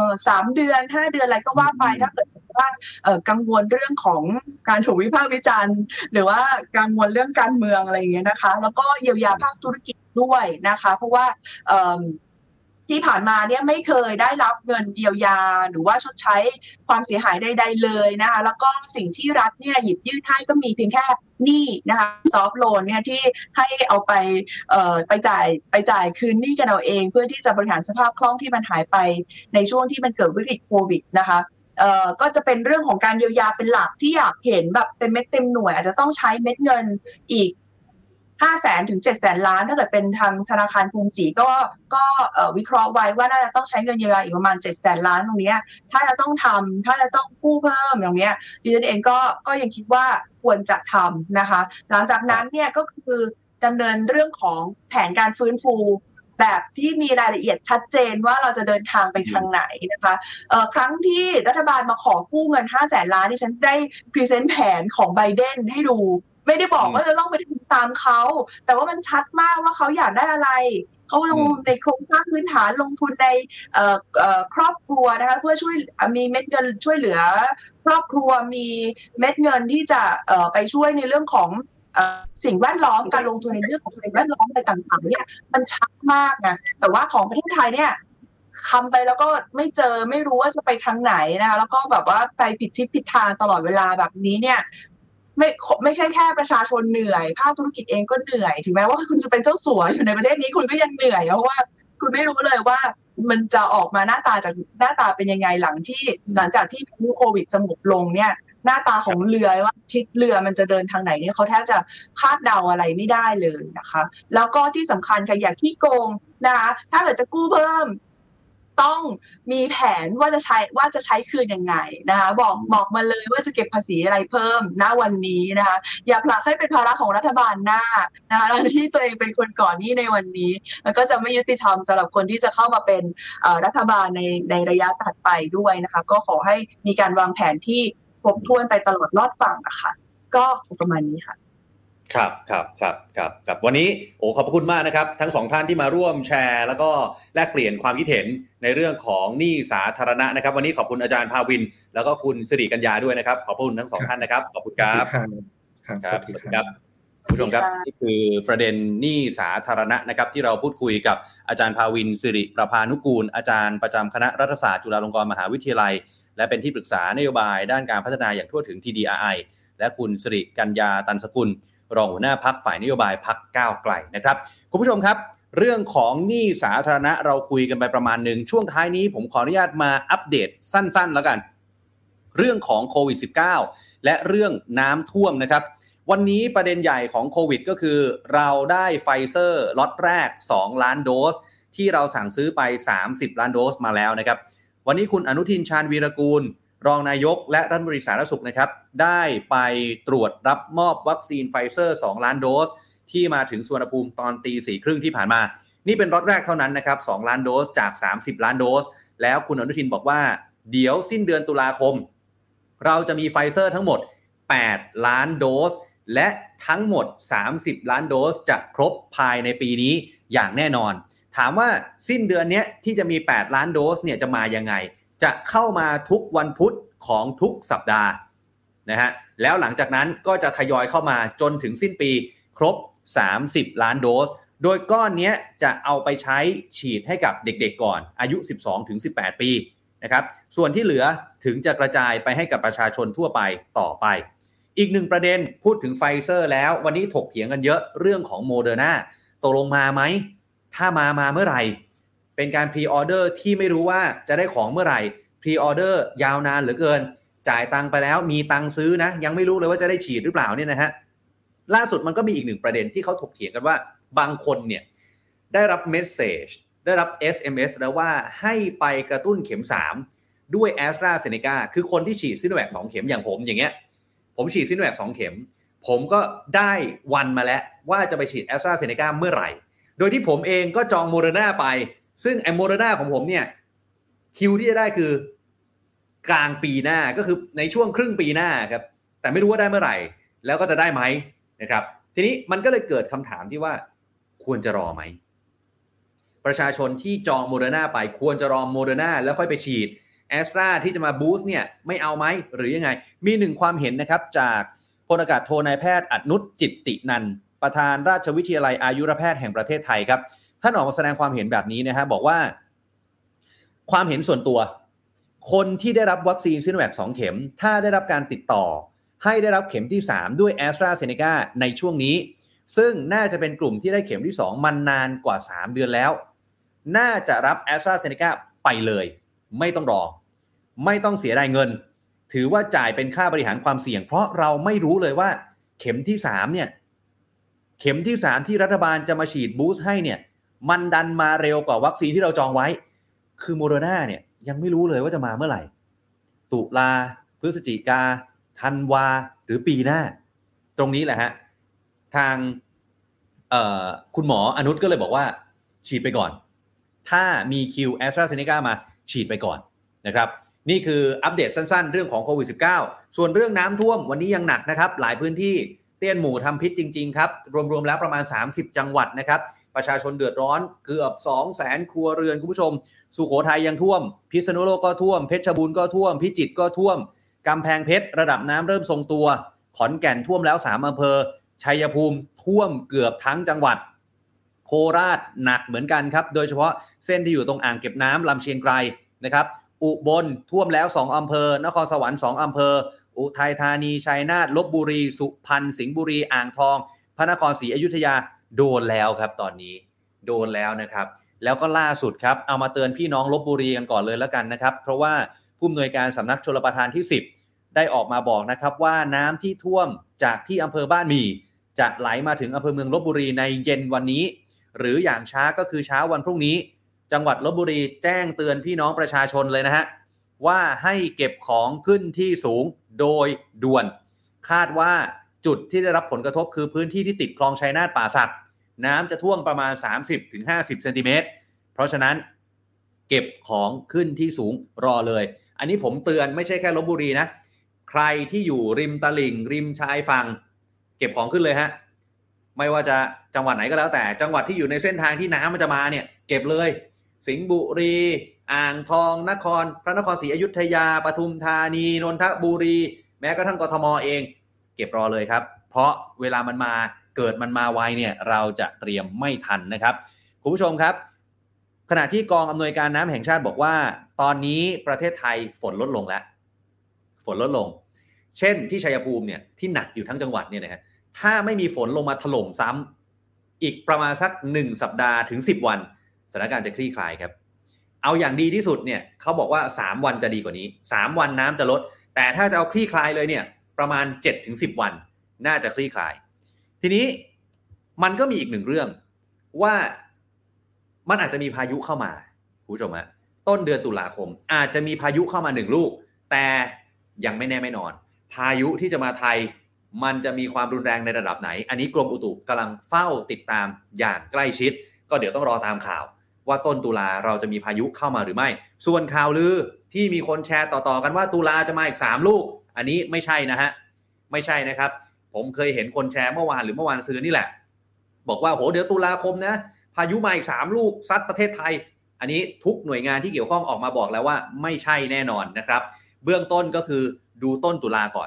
3 เดือน5 เดือนอะไรก็ว่าไปถ้าเกิดว่ากังวลเรื่องของการถูกวิพากษ์วิจารณ์หรือว่ากังวลเรื่องการเมืองอะไรอย่างเงี้ยนะคะแล้วก็เยียวยาภาคธุรกิจด้วยนะคะเพราะว่าที่ผ่านมาเนี่ยไม่เคยได้รับเงินเยียวยาหรือว่าชดใช้ความเสียหายใดๆเลยนะคะแล้วก็สิ่งที่รัฐเนี่ยหยิบยื่นให้ก็มีเพียงแค่หนี้นะคะซอฟท์โลนเนี่ยที่ให้เอาไปจ่ายคืนหนี้กันเอาเองเพื่อที่จะบริหารสภาพคล่องที่มันหายไปในช่วงที่มันเกิดวิกฤตโควิดนะคะก็จะเป็นเรื่องของการเยียวยาเป็นหลักที่อยากเห็นแบบเป็นเม็ดเต็มหน่วยอาจจะต้องใช้เม็ดเงินอีก500,000 ถึง 700,000 ล้านถ้าเกิดเป็นทางธนาคารกรุงศรีก็วิเคราะห์ไว้ว่าน่าจะต้องใช้เงินเยียวยาอีกประมาณ 700,000 ล้านตรงนี้ถ้าจะต้องกู้เพิ่มอย่างเนี้ยดิฉันเองก็ยังคิดว่าควรจะทำนะคะหลังจากนั้นเนี่ยก็คือดำเนินเรื่องของแผนการฟื้นฟูแบบที่มีรายละเอียดชัดเจนว่าเราจะเดินทางไปทางไหนนะคะครั้งที่รัฐบาลมาขอกู้เงิน 500,000 ล้านดิฉันได้พรีเซนต์แผนของไบเดนให้ดูไม่ได้บอกว่าจะต้องไปทำตามเขาแต่ว่ามันชัดมากว่าเขาอยากได้อะไรเขาลงในโครงสร้างพื้นฐานลงทุนในครอบครัวนะคะเพื่อช่วยมีเม็ดเงินช่วยเหลือครอบครัวมีเม็ดเงินที่จะไปช่วยในเรื่องของสิ่งแวดล้อมการลงทุนในเรื่องของสิ่งแวดล้อมอะไรต่างๆเนี่ยมันชัดมากนะแต่ว่าของประเทศไทยเนี่ยทำไปแล้วก็ไม่รู้ว่าจะไปทางไหนนะคะแล้วก็แบบว่าไปผิดทิศผิดทางตลอดเวลาแบบนี้เนี่ยไม่ใช่แค่ประชาชนเหนื่อยภาคธุรกิจเองก็เหนื่อยถึงแม้ว่าคุณจะเป็นเจ้าสัวอยู่ในประเทศนี้คุณก็ยังเหนื่อยเพราะว่าคุณไม่รู้เลยว่ามันจะออกมาหน้าตาเป็นยังไงหลังจากที่โควิดสงบลงเนี่ยหน้าตาของเรือว่าทิศเรือมันจะเดินทางไหนเนี่ยเขาแทบจะคาดเดาอะไรไม่ได้เลยนะคะแล้วก็ที่สำคัญค่ะอย่าขี้โกงนะคะถ้าเกิดจะกู้เพิ่มต้องมีแผนว่าจะใช้คืนยังไงนะคะบอกมาเลยว่าจะเก็บภาษีอะไรเพิ่มณวันนี้นะคะอย่าผลักให้เป็นภาระของรัฐบาลหน้านะคะที่ตัวเองเป็นคนก่อนนี้ในวันนี้มันก็จะไม่ยุติธรรมสำหรับคนที่จะเข้ามาเป็นรัฐบาลในระยะถัดไปด้วยนะคะก็ขอให้มีการวางแผนที่ครบถ้วนไปตลอดรอดฝั่งนะคะก็ประมาณนี้ค่ะครับวันนี้ขอบคุณมากนะครับทั้งสองท่านที่มาร่วมแชร์แล้วก็แลกเปลี่ยนความคิดเห็นในเรื่องของหนี้สาธารณะนะครับวันนี้ขอบคุณอาจารย์ภาวินแล้วก็คุณสิริกัญญาด้วยนะครับขอบคุณทั้งสองท่านนะครับขอบคุณครับสวัสดีครับผู้ชมครับนี่คือประเด็นหนี้สาธารณะนะครับที่เราพูดคุยกับอาจารย์ภาวินสิริประภานุกูลอาจารย์ประจำคณะรัฐศาสตร์จุฬาลงกรณ์มหาวิทยาลัยและเป็นที่ปรึกษานโยบายด้านการพัฒนาอย่างทั่วถึง TDRI และคุณสิริกัญญาตันสกุลรองหัวหน้าพรรคฝ่ายนโยบายพรรคก้าวไกลนะครับคุณผู้ชมครับเรื่องของหนี้สาธารณะเราคุยกันไปประมาณนึงช่วงท้ายนี้ผมขออนุญาตมาอัปเดตสั้นๆแล้วกันเรื่องของโควิด -19 และเรื่องน้ำท่วมนะครับวันนี้ประเด็นใหญ่ของโควิดก็คือเราได้ไฟเซอร์ล็อตแรก2ล้านโดสที่เราสั่งซื้อไป30ล้านโดสมาแล้วนะครับวันนี้คุณอนุทินชาญวีรกูลรองนายกและรัฐมนตรีสาธารณสุขนะครับได้ไปตรวจรับมอบวัคซีนไฟเซอร์2ล้านโดสที่มาถึงสุวรรณภูมิตอน 4:30 น.ที่ผ่านมานี่เป็นล็อตแรกเท่านั้นนะครับ2ล้านโดสจาก30ล้านโดสแล้วคุณอนุทินบอกว่าเดี๋ยวสิ้นเดือนตุลาคมเราจะมีไฟเซอร์ทั้งหมด8ล้านโดสและทั้งหมด30ล้านโดสจะครบภายในปีนี้อย่างแน่นอนถามว่าสิ้นเดือนนี้ที่จะมี8ล้านโดสเนี่ยจะมายังไงจะเข้ามาทุกวันพุธของทุกสัปดาห์นะฮะแล้วหลังจากนั้นก็จะทยอยเข้ามาจนถึงสิ้นปีครบ30ล้านโดสโดยก้อนนี้จะเอาไปใช้ฉีดให้กับเด็กๆก่อนอายุ 12-18 ปีนะครับส่วนที่เหลือถึงจะกระจายไปให้กับประชาชนทั่วไปต่อไปอีกหนึ่งประเด็นพูดถึงไฟเซอร์แล้ววันนี้ถกเถียงกันเยอะเรื่องของโมเดอร์นาตกลงมาไหมถ้ามาเมื่อไหร่เป็นการพรีออเดอร์ที่ไม่รู้ว่าจะได้ของเมื่อไหร่พรีออเดอร์ยาวนานเหลือเกินจ่ายตังค์ไปแล้วมีตังค์ซื้อนะยังไม่รู้เลยว่าจะได้ฉีดหรือเปล่าเนี่ยนะฮะล่าสุดมันก็มีอีกหนึ่งประเด็นที่เขาถกเถียงกันว่าบางคนเนี่ยได้รับเมสเสจได้รับ SMS แล้วว่าให้ไปกระตุ้นเข็ม3ด้วย AstraZeneca คือคนที่ฉีดซิโนแวค2เข็มอย่างผมอย่างเงี้ยผมฉีดซิโนแวค2เข็มผมก็ได้วันมาแล้วว่าจะไปฉีด AstraZeneca เมื่อไหร่โดยที่ผมเองก็จองโมเดอร์นาไปซึ่งไอ้โมเดอร์นาของผมเนี่ยคิวที่จะได้คือกลางปีหน้าก็คือในช่วงครึ่งปีหน้าครับแต่ไม่รู้ว่าได้เมื่อไหร่แล้วก็จะได้ไหมนะครับทีนี้มันก็เลยเกิดคำถามที่ว่าควรจะรอไหมประชาชนที่จองโมเดอร์นาไปควรจะรอโมเดอร์นาแล้วค่อยไปฉีดแอสตราที่จะมาบูสต์เนี่ยไม่เอาไหมหรือยังไงมีหนึ่งความเห็นนะครับจากพลอากาศโทนายแพทย์อนุชจิตตินันท์ประธานราชวิทยาลัยอายุรแพทย์แห่งประเทศไทยครับท่านออกมาแสดงความเห็นแบบนี้นะฮะบอกว่าความเห็นส่วนตัวคนที่ได้รับวัคซีนซิโนแวค2เข็มถ้าได้รับการติดต่อให้ได้รับเข็มที่3ด้วย AstraZeneca ในช่วงนี้ซึ่งน่าจะเป็นกลุ่มที่ได้เข็มที่2มันนานกว่า3เดือนแล้วน่าจะรับ AstraZeneca ไปเลยไม่ต้องรอไม่ต้องเสียดายเงินถือว่าจ่ายเป็นค่าบริหารความเสี่ยงเพราะเราไม่รู้เลยว่าเข็มที่3เนี่ยเข็มที่3ที่รัฐบาลจะมาฉีดบูสต์ให้เนี่ยมันดันมาเร็วกว่าวัคซีนที่เราจองไว้คือโมเดอร์นาเนี่ยยังไม่รู้เลยว่าจะมาเมื่อไหร่ตุลาพฤศจิกาธันวาหรือปีหน้าตรงนี้แหละฮะทางคุณหมออนุชก็เลยบอกว่าฉีดไปก่อนถ้ามีคิว AstraZeneca มาฉีดไปก่อนนะครับนี่คืออัปเดตสั้นๆเรื่องของโควิด -19 ส่วนเรื่องน้ำท่วมวันนี้ยังหนักนะครับหลายพื้นที่เตี้ยนหมู่ทำพิษจริงๆครับรวมๆแล้วประมาณ30จังหวัดนะครับประชาชนเดือดร้อนเกือบ 200,000 ครัวเรือนคุณผู้ชมสุโขทัยยังท่วมพิษณุโลกก็ท่วมเพชรบูรณ์ก็ท่วมพิจิตรก็ท่วมกำแพงเพชรระดับน้ำเริ่มทรงตัวขอนแก่นท่วมแล้ว3อำเภอชัยภูมิท่วมเกือบทั้งจังหวัดโคราชหนักเหมือนกันครับโดยเฉพาะเส้นที่อยู่ตรงอ่างเก็บน้ำลำเชียงไกรนะครับอุบลท่วมแล้ว2อำเภอนครสวรรค์2อำเภออุทัยธานีชัยนาทลพบุรีสุพรรณสิงห์บุรีอ่างทองพระนครศรีอยุธยาโดนแล้วครับตอนนี้โดนแล้วนะครับแล้วก็ล่าสุดครับเอามาเตือนพี่น้องลพบุรีกันก่อนเลยแล้วกันนะครับเพราะว่าผู้อำนวยการสำนักชลประทานที่10ได้ออกมาบอกนะครับว่าน้ำที่ท่วมจากที่อำเภอบ้านหมี่จะไหลมาถึงอำเภอเมืองลพบุรีในเย็นวันนี้หรืออย่างช้าก็คือเช้าวันพรุ่งนี้จังหวัดลพบุรีแจ้งเตือนพี่น้องประชาชนเลยนะฮะว่าให้เก็บของขึ้นที่สูงโดยด่วนคาดว่าจุดที่ได้รับผลกระทบคือพื้นที่ที่ติดคลองชัยนาทป่าสักน้ำจะท่วมประมาณ 30-50 เซนติเมตรเพราะฉะนั้นเก็บของขึ้นที่สูงรอเลยอันนี้ผมเตือนไม่ใช่แค่ลพบุรีนะใครที่อยู่ริมตลิ่งริมชายฝั่งเก็บของขึ้นเลยฮะไม่ว่าจะจังหวัดไหนก็แล้วแต่จังหวัดที่อยู่ในเส้นทางที่น้ำมันจะมาเนี่ยเก็บเลยสิงห์บุรีอ่างทองพระนครศรีอยุธยาปทุมธานีนนทบุรีแม้กระทั่งกทมเองเก็บรอเลยครับเพราะเวลามันมาเกิดมันมาไวเนี่ยเราจะเตรียมไม่ทันนะครับคุณผู้ชมครับขณะที่กองอำนวยการน้ำแห่งชาติบอกว่าตอนนี้ประเทศไทยฝนลดลงแล้วฝนลดลงเช่นที่ชัยภูมิเนี่ยที่หนักอยู่ทั้งจังหวัดเนี่ยนะฮะถ้าไม่มีฝนลงมาถล่มซ้ำอีกประมาณสัก1สัปดาห์ถึง10วันสถานการณ์จะคลี่คลายครับเอาอย่างดีที่สุดเนี่ยเขาบอกว่า3วันจะดีกว่านี้3วันน้ำจะลดแต่ถ้าจะเอาคลี่คลายเลยเนี่ยประมาณ 7-10 วันน่าจะคลี่คลายทีนี้มันก็มีอีกหนึ่งเรื่องว่ามันอาจจะมีพายุเข้ามาคุณผู้ชมฮะต้นเดือนตุลาคมอาจจะมีพายุเข้ามา1ลูกแต่ยังไม่แน่ไม่นอนพายุที่จะมาไทยมันจะมีความรุนแรงในระดับไหนอันนี้กรมอุตุกำลังเฝ้าติดตามอย่างใกล้ชิดก็เดี๋ยวต้องรอตามข่าวว่าต้นตุลาเราจะมีพายุเข้ามาหรือไม่ส่วนข่าวลือที่มีคนแชร์ต่อๆกันว่าตุลาจะมาอีก3ลูกอันนี้ไม่ใช่นะฮะไม่ใช่นะครับผมเคยเห็นคนแชร์เมื่อวานหรือเมื่อวานซื้อนี่แหละบอกว่าโหเดี๋ยวตุลาคมนะพายุมาอีก3ลูกซัดประเทศไทยอันนี้ทุกหน่วยงานที่เกี่ยวข้องออกมาบอกแล้วว่าไม่ใช่แน่นอนนะครับเบื้องต้นก็คือดูต้นตุลาก่อน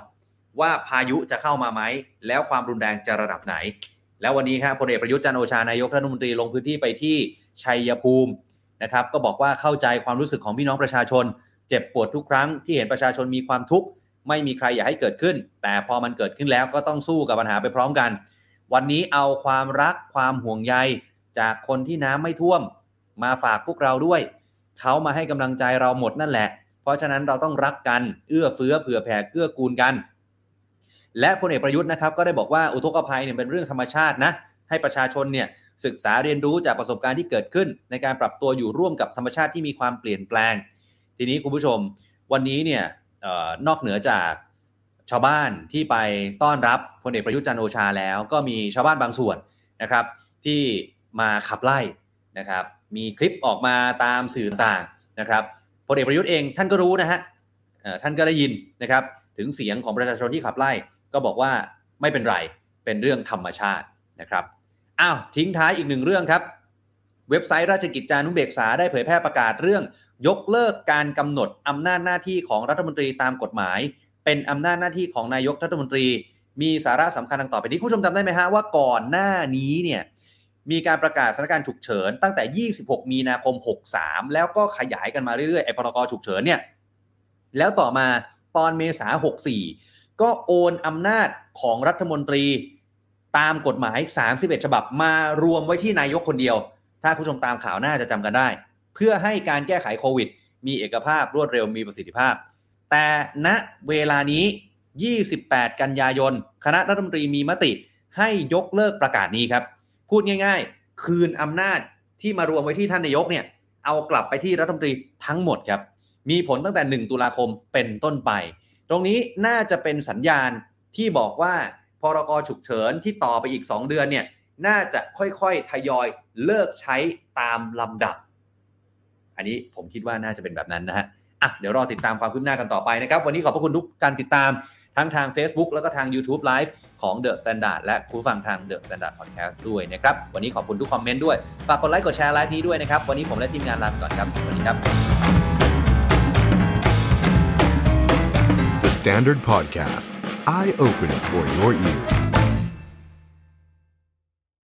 ว่าพายุจะเข้ามาไหมแล้วความรุนแรงจะระดับไหนแล้ววันนี้ครับพลเอกประยุทธ์จันทร์โอชานายกรัฐมนตรีลงพื้นที่ไปที่ชัยภูมินะครับก็บอกว่าเข้าใจความรู้สึกของพี่น้องประชาชนเจ็บปวดทุกครั้งที่เห็นประชาชนมีความทุกข์ไม่มีใครอยากให้เกิดขึ้นแต่พอมันเกิดขึ้นแล้วก็ต้องสู้กับปัญหาไปพร้อมกันวันนี้เอาความรักความห่วงใยจากคนที่น้ำไม่ท่วมมาฝากพวกเราด้วยเขามาให้กำลังใจเราหมดนั่นแหละเพราะฉะนั้นเราต้องรักกันเอื้อเฟื้อเผื่อแผ่เกื้อกูลกันและพลเอกประยุทธ์นะครับก็ได้บอกว่าอุทกภัยเนี่ยเป็นเรื่องธรรมชาตินะให้ประชาชนเนี่ยศึกษาเรียนรู้จากประสบการณ์ที่เกิดขึ้นในการปรับตัวอยู่ร่วมกับธรรมชาติที่มีความเปลี่ยนแปลงทีนี้คุณผู้ชมวันนี้เนี่ยนอกเหนือจากชาวบ้านที่ไปต้อนรับพลเอกประยุทธ์จันทร์โอชาแล้วก็มีชาวบ้านบางส่วนนะครับที่มาขับไล่นะครับมีคลิปออกมาตามสื่อต่างนะครับพลเอกประยุทธ์เองท่านก็รู้นะฮะท่านก็ได้ยินนะครับถึงเสียงของประชาชนที่ขับไล่ก็บอกว่าไม่เป็นไรเป็นเรื่องธรรมชาตินะครับทิ้งท้ายอีกหนึ่งเรื่องครับเว็บไซต์ราชกิจจานุเบกษาได้เผยแพร่ประกาศเรื่องยกเลิกการกำหนดอำนาจหน้าที่ของรัฐมนตรีตามกฎหมายเป็นอำนาจหน้าที่ของนายกรัฐมนตรีมีสาระสำคัญดังต่อไปนี้คุณผู้ชมจำได้ไหมฮะว่าก่อนหน้านี้เนี่ยมีการประกาศสถานการณ์ฉุกเฉินตั้งแต่26มีนาคม63แล้วก็ขยายกันมาเรื่อยๆไอ้พรกฉุกเฉินเนี่ยแล้วต่อมาตอนเมษา64ก็โอนอำนาจของรัฐมนตรีตามกฎหมาย31ฉบับมารวมไว้ที่นายกคนเดียวถ้าคุณผู้ชมตามข่าวน่าจะจำกันได้เพื่อให้การแก้ไขโควิดมีเอกภาพรวดเร็วมีประสิทธิภาพแต่ณเวลานี้28กันยายนคณะรัฐมนตรีมีมติให้ยกเลิกประกาศนี้ครับพูดง่ายๆคืนอำนาจที่มารวมไว้ที่ท่านนายกเนี่ยเอากลับไปที่รัฐมนตรีทั้งหมดครับมีผลตั้งแต่1ตุลาคมเป็นต้นไปตรงนี้น่าจะเป็นสัญญาณที่บอกว่าพรกฉุกเฉินที่ต่อไปอีก2เดือนเนี่ยน่าจะค่อยๆทยอยเลิกใช้ตามลำดับอันนี้ผมคิดว่าน่าจะเป็นแบบนั้นนะฮะเดี๋ยวรอติดตามความคืบหน้ากันต่อไปนะครับวันนี้ขอบพระคุณทุกการติดตามทั้งทาง Facebook แล้วก็ทาง YouTube Live ของ The Standard และผู้ฟังทาง The Standard Podcast ด้วยนะครับวันนี้ขอบคุณทุกคอมเมนต์ด้วยฝากกดไลค์กดแชร์ไลฟ์นี้ด้วยนะครับวันนี้ผมและทีมงานลาไปก่อนครับสวัสดีครับ The Standard Podcast Eye Opening for Your Ears